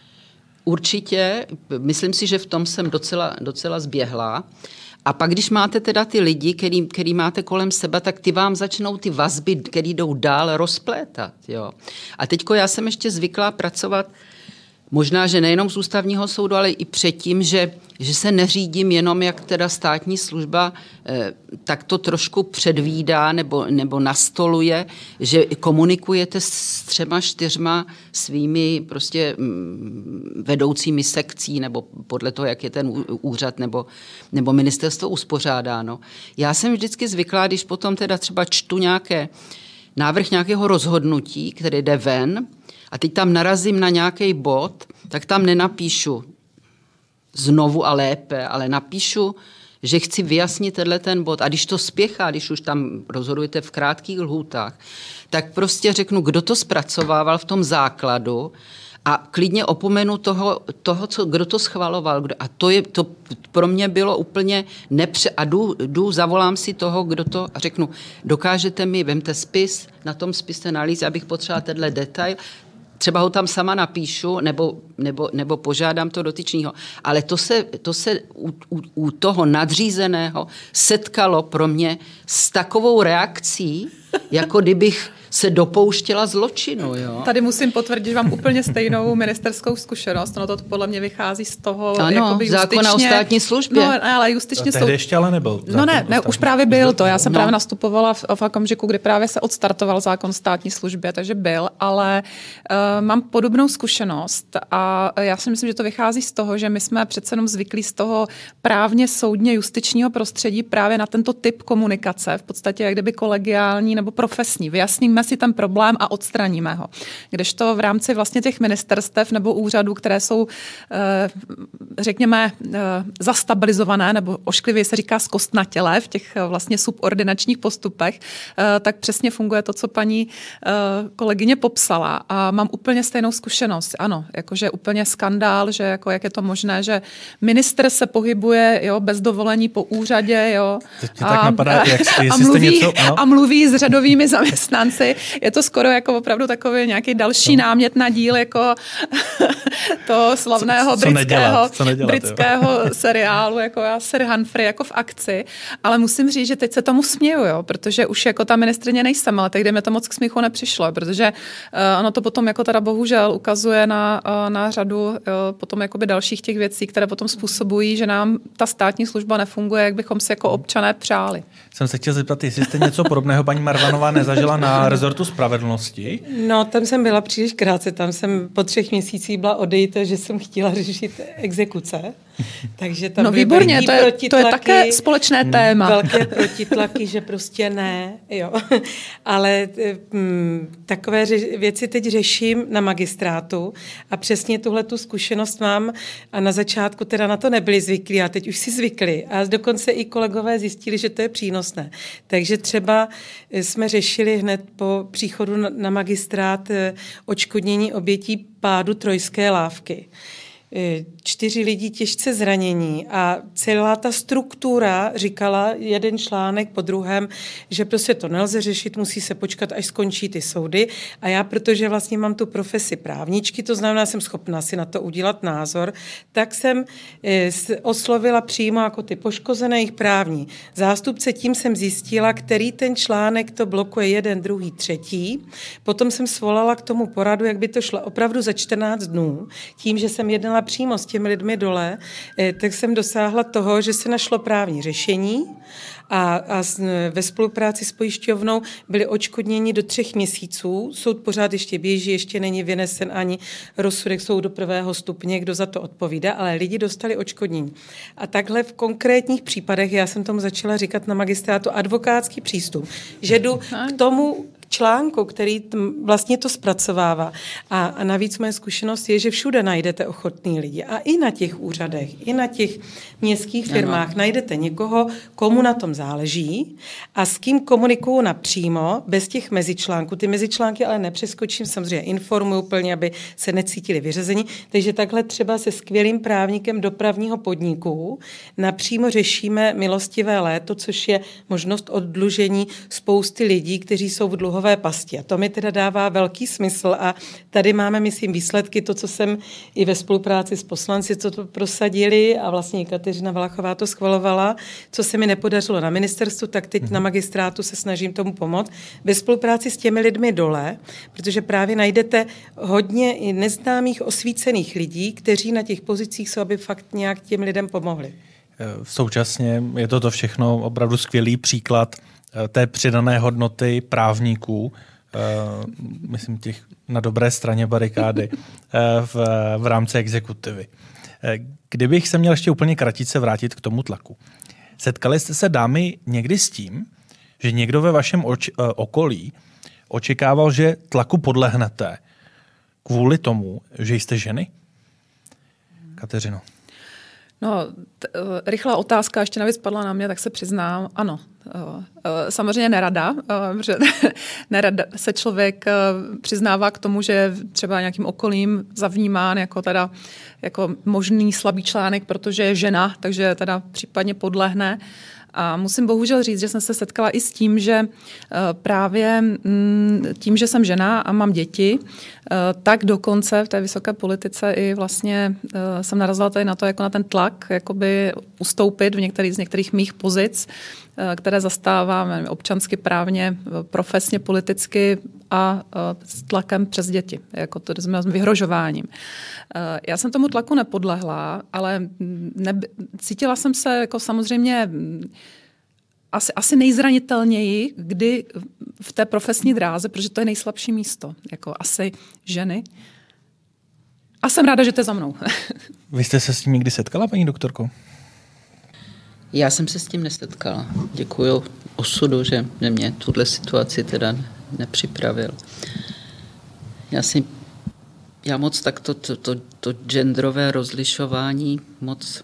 Určitě. Myslím si, že v tom jsem docela zběhlá. A pak, když máte teda ty lidi, který máte kolem sebe, tak ty vám začnou ty vazby, které jdou dál, rozplétat. Jo. A teďko já jsem ještě zvyklá pracovat možná, že nejenom z ústavního soudu, ale i předtím, že se neřídím jenom, jak teda státní služba tak to trošku předvídá nebo nastoluje, že komunikujete s 3-4 svými prostě vedoucími sekcí nebo podle toho, jak je ten úřad nebo ministerstvo uspořádáno. Já jsem vždycky zvyklá, když potom teda třeba čtu návrh nějakého rozhodnutí, který jde ven, a teď tam narazím na nějaký bod, tak tam nenapíšu znovu a lépe, ale napíšu, že chci vyjasnit ten bod. A když to spěchá, když už tam rozhodujete v krátkých lhůtách, tak prostě řeknu, kdo to zpracovával v tom základu a klidně opomenu toho kdo to schvaloval. A to pro mě bylo úplně a zavolám si toho, kdo to a řeknu, dokážete mi, vemte spis, na tom spise nalíz, abych potřebovala tenhle detail, třeba ho tam sama napíšu, nebo požádám to dotyčného. Ale to se u toho nadřízeného setkalo pro mě s takovou reakcí, jako kdybych se dopouštěla zločinu. Jo? Tady musím potvrdit, že mám úplně stejnou ministerskou zkušenost. No to podle mě vychází z toho, ano, zákona o státní službě. No, ale justičně tehdy ještě ale nebyl. No ne, už právě byl to. Já jsem právě nastupovala v okamžiku, kdy právě se odstartoval zákon o státní službě, takže byl, ale mám podobnou zkušenost a já si myslím, že to vychází z toho, že my jsme přece jenom zvyklí z toho právně soudně justičního prostředí právě na tento typ komunikace, v podstatě jak kdyby kolegiální nebo profesní. Vyjasníme si ten problém a odstraníme ho. Kdežto v rámci vlastně těch ministerstev nebo úřadů, které jsou, řekněme, zastabilizované, nebo ošklivě se říká zkostnatělé v těch vlastně subordinačních postupech, tak přesně funguje to, co paní kolegyně popsala. A mám úplně stejnou zkušenost. Ano, jakože úplně skandál, že jako jak je to možné, že ministr se pohybuje bez dovolení po úřadě, a mluví s řadovými zaměstnanci. Je to skoro jako opravdu takový nějaký další námět na díl jako toho slavného britského seriálu, jako Sir Humphrey jako v akci. Ale musím říct, že teď se tomu směju, protože už jako ta ministryně nejsem, ale tehdy mi to moc k smíchu nepřišlo, protože ono to potom jako teda bohužel ukazuje na řadu potom jakoby dalších těch věcí, které potom způsobují, že nám ta státní služba nefunguje, jak bychom si jako občané přáli. Jsem se chtěl zeptat, jestli jste něco podobného, paní Marvanová, nezažila na rezortu spravedlnosti? No, tam jsem byla příliš krátce, tam jsem po 3 měsících byla odejít, že jsem chtěla řešit exekuce. Takže tam no výborně, to je také společné téma. Velké protitlaky, že prostě ne, jo. Ale takové věci teď řeším na magistrátu a přesně tuhletu zkušenost mám a na začátku teda na to nebyli zvyklí a teď už si zvykli. A dokonce i kolegové zjistili, že to je přínosné. Takže třeba jsme řešili hned po příchodu na magistrát odškodnění obětí pádu trojské lávky. 4 lidi těžce zranění a celá ta struktura říkala jeden článek po druhém, že prostě to nelze řešit, musí se počkat, až skončí ty soudy. A já, protože vlastně mám tu profesi právničky, to znamená, jsem schopná si na to udělat názor, tak jsem oslovila přímo jako ty poškozené jejich právní zástupce. Tím jsem zjistila, který ten článek to blokuje, 1, 2, 3. Potom jsem svolala k tomu poradu, jak by to šlo opravdu za 14 dnů. Tím, že jsem jednala přímo s těmi lidmi dole, tak jsem dosáhla toho, že se našlo právní řešení a ve spolupráci s pojišťovnou byli odškodněni do 3 měsíců. Soud pořád ještě běží, ještě není vynesen ani rozsudek soudu 1. stupně, kdo za to odpovídá, ale lidi dostali odškodnění. A takhle v konkrétních případech, já jsem tomu začala říkat na magistrátu, advokátský přístup, že jdu k tomu článku, který vlastně to zpracovává. A navíc moje zkušenost je, že všude najdete ochotný lidi. A i na těch úřadech, i na těch městských firmách najdete někoho, komu na tom záleží a s kým komunikuju napřímo, bez těch mezičlánků. Ty mezičlánky ale nepřeskočím, samozřejmě informuju plně, aby se necítili vyřazení. Takže takhle třeba se skvělým právníkem dopravního podniku napřímo řešíme milostivé léto, což je možnost oddlužení spousty lidí, kteří jsou v dluhové pasti. A to mi teda dává velký smysl a tady máme, myslím, výsledky, to, co jsem i ve spolupráci s poslanci, co to prosadili a vlastně Kateřina Valachová to schvalovala, co se mi nepodařilo na ministerstvu, tak teď na magistrátu se snažím tomu pomoct. Ve spolupráci s těmi lidmi dole, protože právě najdete hodně i neznámých osvícených lidí, kteří na těch pozicích jsou, aby fakt nějak těm lidem pomohli. Současně je to všechno opravdu skvělý příklad té přidané hodnoty právníků, myslím těch na dobré straně barikády v rámci exekutivy. Kdybych se měl ještě úplně kratice vrátit k tomu tlaku. Setkali jste se, dámy, někdy s tím, že někdo ve vašem okolí očekával, že tlaku podlehnete kvůli tomu, že jste ženy? Kateřino. No, rychlá otázka, ještě navíc padla na mě, tak se přiznám, ano. Samozřejmě nerada, protože nerada se člověk přiznává k tomu, že třeba nějakým okolím zavnímán jako možný slabý článek, protože je žena, takže teda případně podlehne. A musím bohužel říct, že jsem se setkala i s tím, že právě tím, že jsem žena a mám děti, tak dokonce v té vysoké politice i vlastně jsem narazila tady na to, jako na ten tlak, jakoby ustoupit z některých mých pozic, které zastávám občansky, právně, profesně, politicky a s tlakem přes děti, jako to s vyhrožováním. Já jsem tomu tlaku nepodlehla, ale cítila jsem se jako samozřejmě asi nejzranitelněji, kdy v té profesní dráze, protože to je nejslabší místo, jako asi ženy. A jsem ráda, že to je za mnou. Vy jste se s tím někdy setkala, paní doktorko? Já jsem se s tím nesetkala. Děkuju osudu, že mě tuhle situaci teda nepřipravil. Já moc tak to genderové rozlišování moc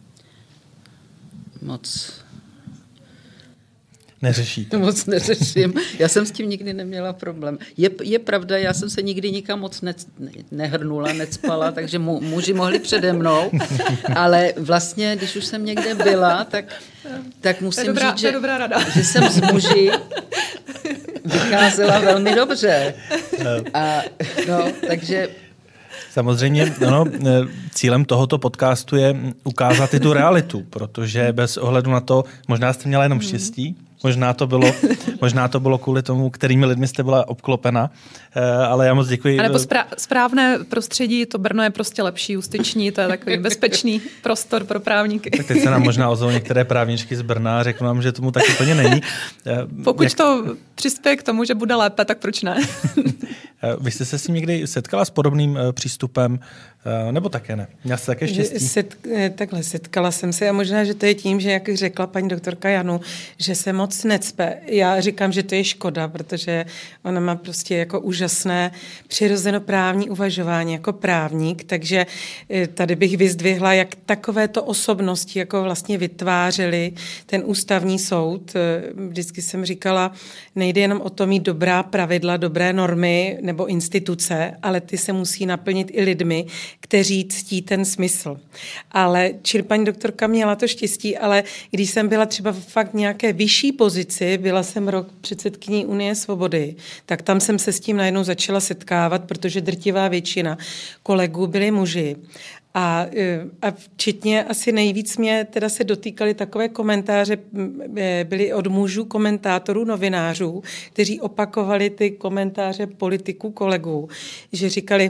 neřešíte. Moc neřeším. Já jsem s tím nikdy neměla problém. Je pravda, já jsem se nikdy nikam moc nehrnula, necpala, takže muži mohli přede mnou, ale vlastně, když už jsem někde byla, tak musím říct, že jsem s muži vycházela velmi dobře. Takže... Samozřejmě, cílem tohoto podcastu je ukázat i tu realitu, protože bez ohledu na to, možná jste měla jenom štěstí, možná to bylo kvůli tomu, kterými lidmi jste byla obklopena, ale já moc děkuji. A nebo správné prostředí, to Brno je prostě lepší, justiční, to je takový bezpečný prostor pro právníky. Tak teď se nám možná ozvou některé právničky z Brna a řeknu nám, že tomu tak úplně není. Pokud to přispěje k tomu, že bude lépe, tak proč ne? Vy jste se s tím někdy setkala s podobným přístupem, nebo také ne? Měla jste také štěstí? Takhle setkala jsem se a možná, že to je tím, že jak řekla paní doktorka Janu, že se moc necpe. Já říkám, že to je škoda, protože ona má prostě jako úžasné přirozenoprávní uvažování jako právník, takže tady bych vyzdvihla, jak takovéto osobnosti jako vlastně vytvářely ten ústavní soud. Vždycky jsem říkala, nejde jenom o to mít dobrá pravidla, dobré normy nebo instituce, ale ty se musí naplnit i lidmi, kteří ctí ten smysl. Ale paní doktorka měla to štěstí, ale když jsem byla třeba fakt nějaké vyšší pozici, byla jsem rok předsedkyní Unie svobody, tak tam jsem se s tím najednou začala setkávat, protože drtivá většina kolegů byli muži. A včetně asi nejvíc mě teda se dotýkaly takové komentáře, byly od mužů, komentátorů, novinářů, kteří opakovali ty komentáře politiků, kolegů, že říkali,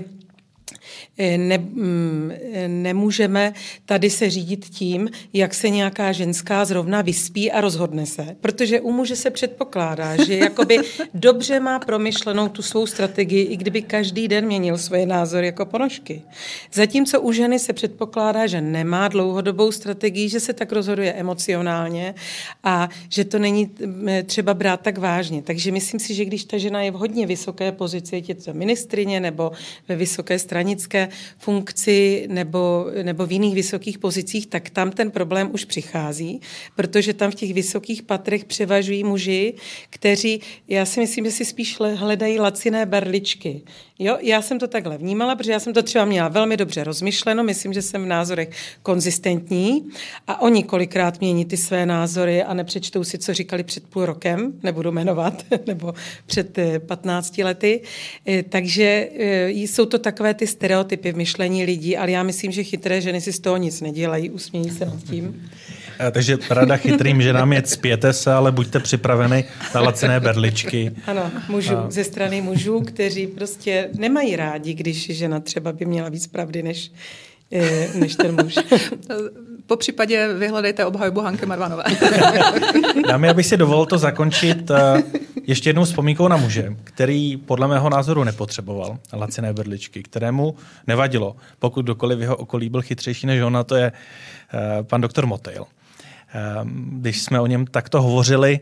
nemůžeme tady se řídit tím, jak se nějaká ženská zrovna vyspí a rozhodne se, protože u muže se předpokládá, že jakoby dobře má promyšlenou tu svou strategii, i kdyby každý den měnil svoje názory jako ponožky. Zatímco u ženy se předpokládá, že nemá dlouhodobou strategii, že se tak rozhoduje emocionálně a že to není třeba brát tak vážně. Takže myslím si, že když ta žena je v hodně vysoké pozici, je to ministryně nebo ve vysoké stranické funkci nebo v jiných vysokých pozicích, tak tam ten problém už přichází, protože tam v těch vysokých patrech převažují muži, kteří, já si myslím, že si spíš hledají laciné berličky. Jo, já jsem to takhle vnímala, protože já jsem to třeba měla velmi dobře rozmyšleno, myslím, že jsem v názorech konzistentní a oni kolikrát mění ty své názory a nepřečtou si, co říkali před půl rokem, nebudu jmenovat, nebo před 15 lety. Takže jsou to takové ty stereotypy v myšlení lidí, ale já myslím, že chytré ženy si z toho nic nedělají, usmějí se nad tím. Takže rada chytrým ženám je cpěte se, ale buďte připraveni na laciné berličky. Ano, ze strany mužů, kteří prostě nemají rádi, když žena třeba by měla víc pravdy než ten muž. Po případě vyhledejte obhajobu Hanky Marvanové. Dámy, abych si dovolil to zakončit ještě jednou vzpomínkou na muže, který podle mého názoru nepotřeboval laciné berličky, kterému nevadilo, pokud kdokoliv v jeho okolí byl chytřejší než ona, to je pan doktor Motejl. Když jsme o něm takto hovořili,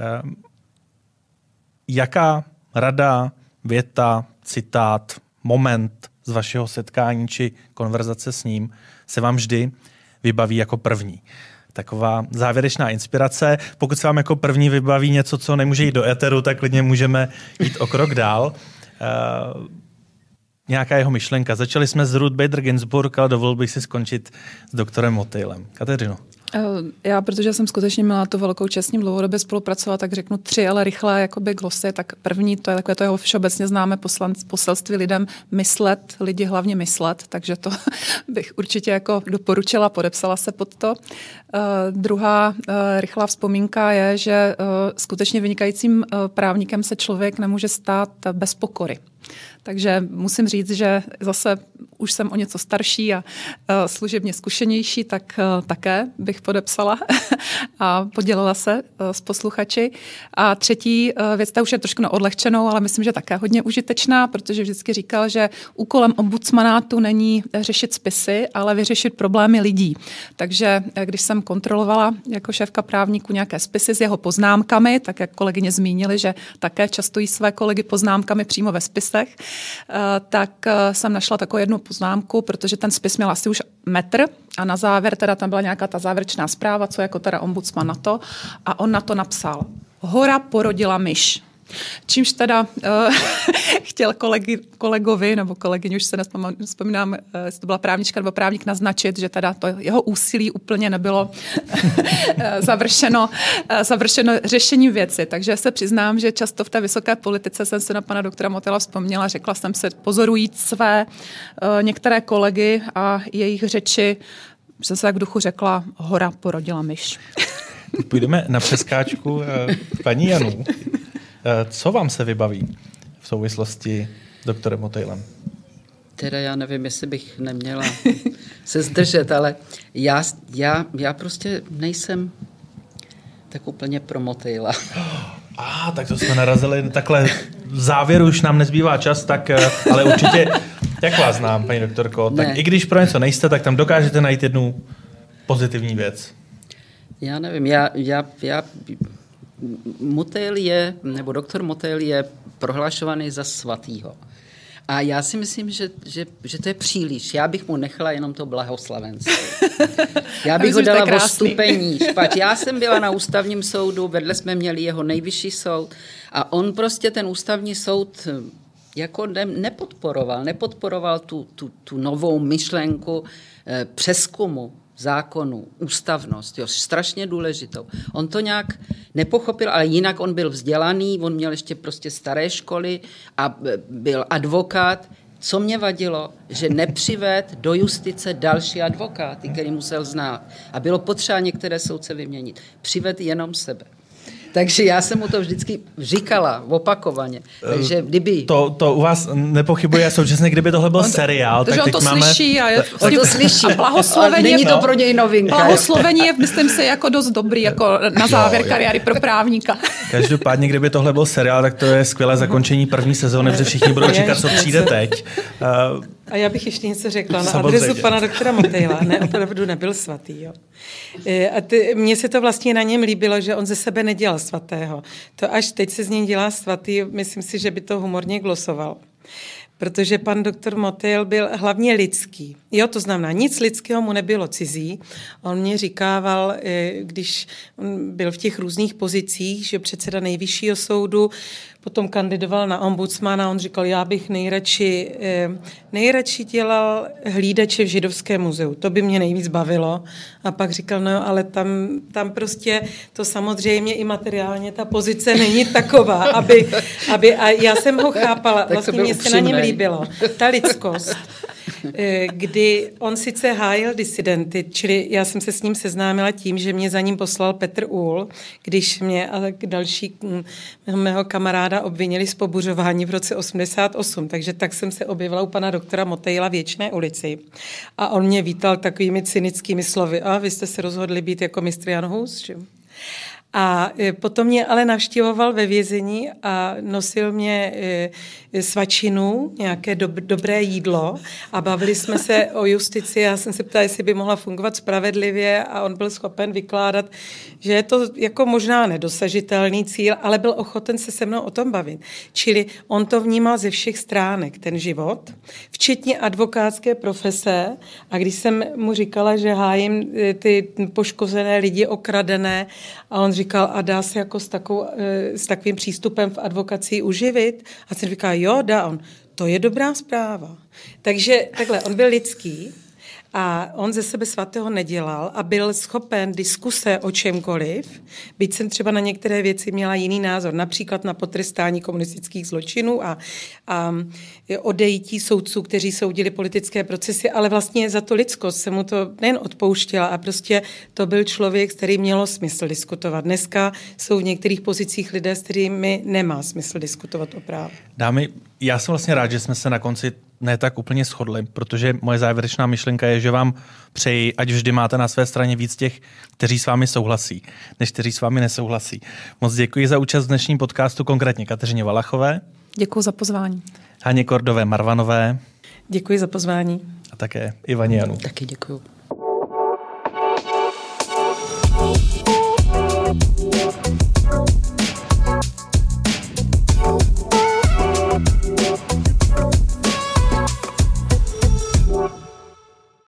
jaká rada, věta, citát, moment z vašeho setkání či konverzace s ním se vám vždy vybaví jako první? Taková závěrečná inspirace. Pokud se vám jako první vybaví něco, co nemůže jít do éteru, tak klidně můžeme jít o krok dál. Nějaká jeho myšlenka. Začali jsme s Ruth Bader Ginsburg, ale dovolil bych si skončit s doktorem Motejlem. Kateřino. Já, protože jsem skutečně měla tu velkou čest s ním dlouhodobě spolupracovat, tak řeknu 3, ale rychle jakoby glosy. Tak první, to je takové to jeho všeobecně známé poselství lidem myslet, lidi hlavně myslet, takže to bych určitě jako doporučila, podepsala se pod to. Druhá rychlá vzpomínka je, že skutečně vynikajícím právníkem se člověk nemůže stát bez pokory. Takže musím říct, že zase už jsem o něco starší a služebně zkušenější, tak také bych podepsala a podělila se s posluchači. A třetí věc, ta už je trošku na odlehčenou, ale myslím, že také hodně užitečná, protože vždycky říkal, že úkolem ombudsmanátu není řešit spisy, ale vyřešit problémy lidí. Takže když jsem kontrolovala jako šéfka právníků nějaké spisy s jeho poznámkami, tak jak kolegyně zmínili, že také častují své kolegy poznámkami přímo ve spisech, tak jsem našla takovou jednu poznámku, protože ten spis měl asi už metr a na závěr teda tam byla nějaká ta závěrečná zpráva, co jako teda ombudsman na to, a on na to napsal: Hora porodila myš. Čímž teda chtěl kolegovi nebo kolegyni, už se nespomínám, jestli to byla právnička nebo právník, naznačit, že teda to jeho úsilí úplně nebylo završeno řešením věci. Takže se přiznám, že často v té vysoké politice jsem se na pana doktora Motejla vzpomněla, řekla jsem se, pozorujíc své některé kolegy a jejich řeči, jsem se jak v duchu řekla: hora porodila myš. Půjdeme na přeskáčku paní Janu. Co vám se vybaví v souvislosti s doktorem Motejlem? Teda já nevím, jestli bych neměla se zdržet, ale já prostě nejsem tak úplně pro Motejla. Tak to jsme narazili takhle. V závěru už nám nezbývá čas, tak ale určitě, jak vás znám, paní doktorko, tak i když pro něco nejste, tak tam dokážete najít jednu pozitivní věc. Já nevím, Motejl je, nebo doktor Motejl je prohlašovaný za svatýho. A já si myslím, že to je příliš. Já bych mu nechala jenom to blahoslavenství. Já bych ho dala o stupeň níž. Já jsem byla na ústavním soudu, vedle jsme měli jeho nejvyšší soud a on prostě ten ústavní soud jako nepodporoval tu novou myšlenku přezkumu zákonu, ústavnost, strašně důležitou. On to nějak nepochopil, ale jinak on byl vzdělaný, on měl ještě prostě staré školy a byl advokát. Co mě vadilo, že nepřived do justice další advokáty, který musel znát. A bylo potřeba některé soudce vyměnit. Přived jenom sebe. Takže já jsem mu to vždycky říkala opakovaně. Takže kdyby... To u vás nepochybuje současně, kdyby tohle byl seriál, tak teď to máme... Slyší a on to slyší. A blahoslovení není to pro něj novinka. Blahoslovení je, myslím si, jako dost dobrý, jako na závěr kariéry pro právníka. Každopádně, kdyby tohle byl seriál, tak to je skvělé zakončení první sezóny, protože všichni budou čekat, co přijde teď. A já bych ještě něco řekla na adresu pana doktora Motejla. Ne, opravdu nebyl svatý. Jo. Mně se to vlastně na něm líbilo, že on ze sebe nedělal svatého. To až teď se z něj dělá svatý, myslím si, že by to humorně glosoval. Protože pan doktor Motejl byl hlavně lidský. Jo, to znamená, nic lidského mu nebylo cizí. On mě říkával, když on byl v těch různých pozicích, že předseda nejvyššího soudu, potom kandidoval na ombudsmana, on říkal, já bych nejradši dělal hlídače v Židovském muzeu. To by mě nejvíc bavilo. A pak říkal, no ale tam prostě to samozřejmě i materiálně ta pozice není taková, aby a já jsem ho chápala, vlastně mě se na něm líbilo. Ta lidskost, kdy on sice hájil disidenty, čili já jsem se s ním seznámila tím, že mě za ním poslal Petr Úhl, když mě a další mého kamaráda obvinili z pobuřování v roce 88, takže tak jsem se objevila u pana doktora Motejla v Věčné ulici a on mě vítal takovými cynickými slovy, a vy jste se rozhodli být jako mistr Jan Hus, že? A potom mě ale navštěvoval ve vězení a nosil mě svačinu, nějaké dobré jídlo a bavili jsme se o justici. Já jsem se ptala, jestli by mohla fungovat spravedlivě a on byl schopen vykládat, že je to jako možná nedosažitelný cíl, ale byl ochoten se mnou o tom bavit. Čili on to vnímal ze všech stránek, ten život, včetně advokátské profese. A když jsem mu říkala, že hájím ty poškozené lidi, okradené, a on říkal, a dá se jako s takovým přístupem v advokacii uživit? A jsem říkala, jo, dá. On, to je dobrá zpráva. Takže takhle, on byl lidský a on ze sebe svatého nedělal a byl schopen diskuse o čemkoliv, byť jsem třeba na některé věci měla jiný názor, například na potrestání komunistických zločinů a odejítí soudců, kteří soudili politické procesy, ale vlastně za to lidskost se mu to nejen odpouštěla a prostě to byl člověk, s kterým mělo smysl diskutovat. Dneska jsou v některých pozicích lidé, s kterými nemá smysl diskutovat o právu. Dámy, já jsem vlastně rád, že jsme se na konci ne tak úplně shodli, protože moje závěrečná myšlenka je, že vám přeji, ať vždy máte na své straně víc těch, kteří s vámi souhlasí, než kteří s vámi nesouhlasí. Moc děkuji za účast v dnešním podcastu, konkrétně Kateřině Valachové. Děkuji za pozvání. Haně Kordové Marvanové. Děkuji za pozvání. A také Ivaně Janu. Taky děkuji.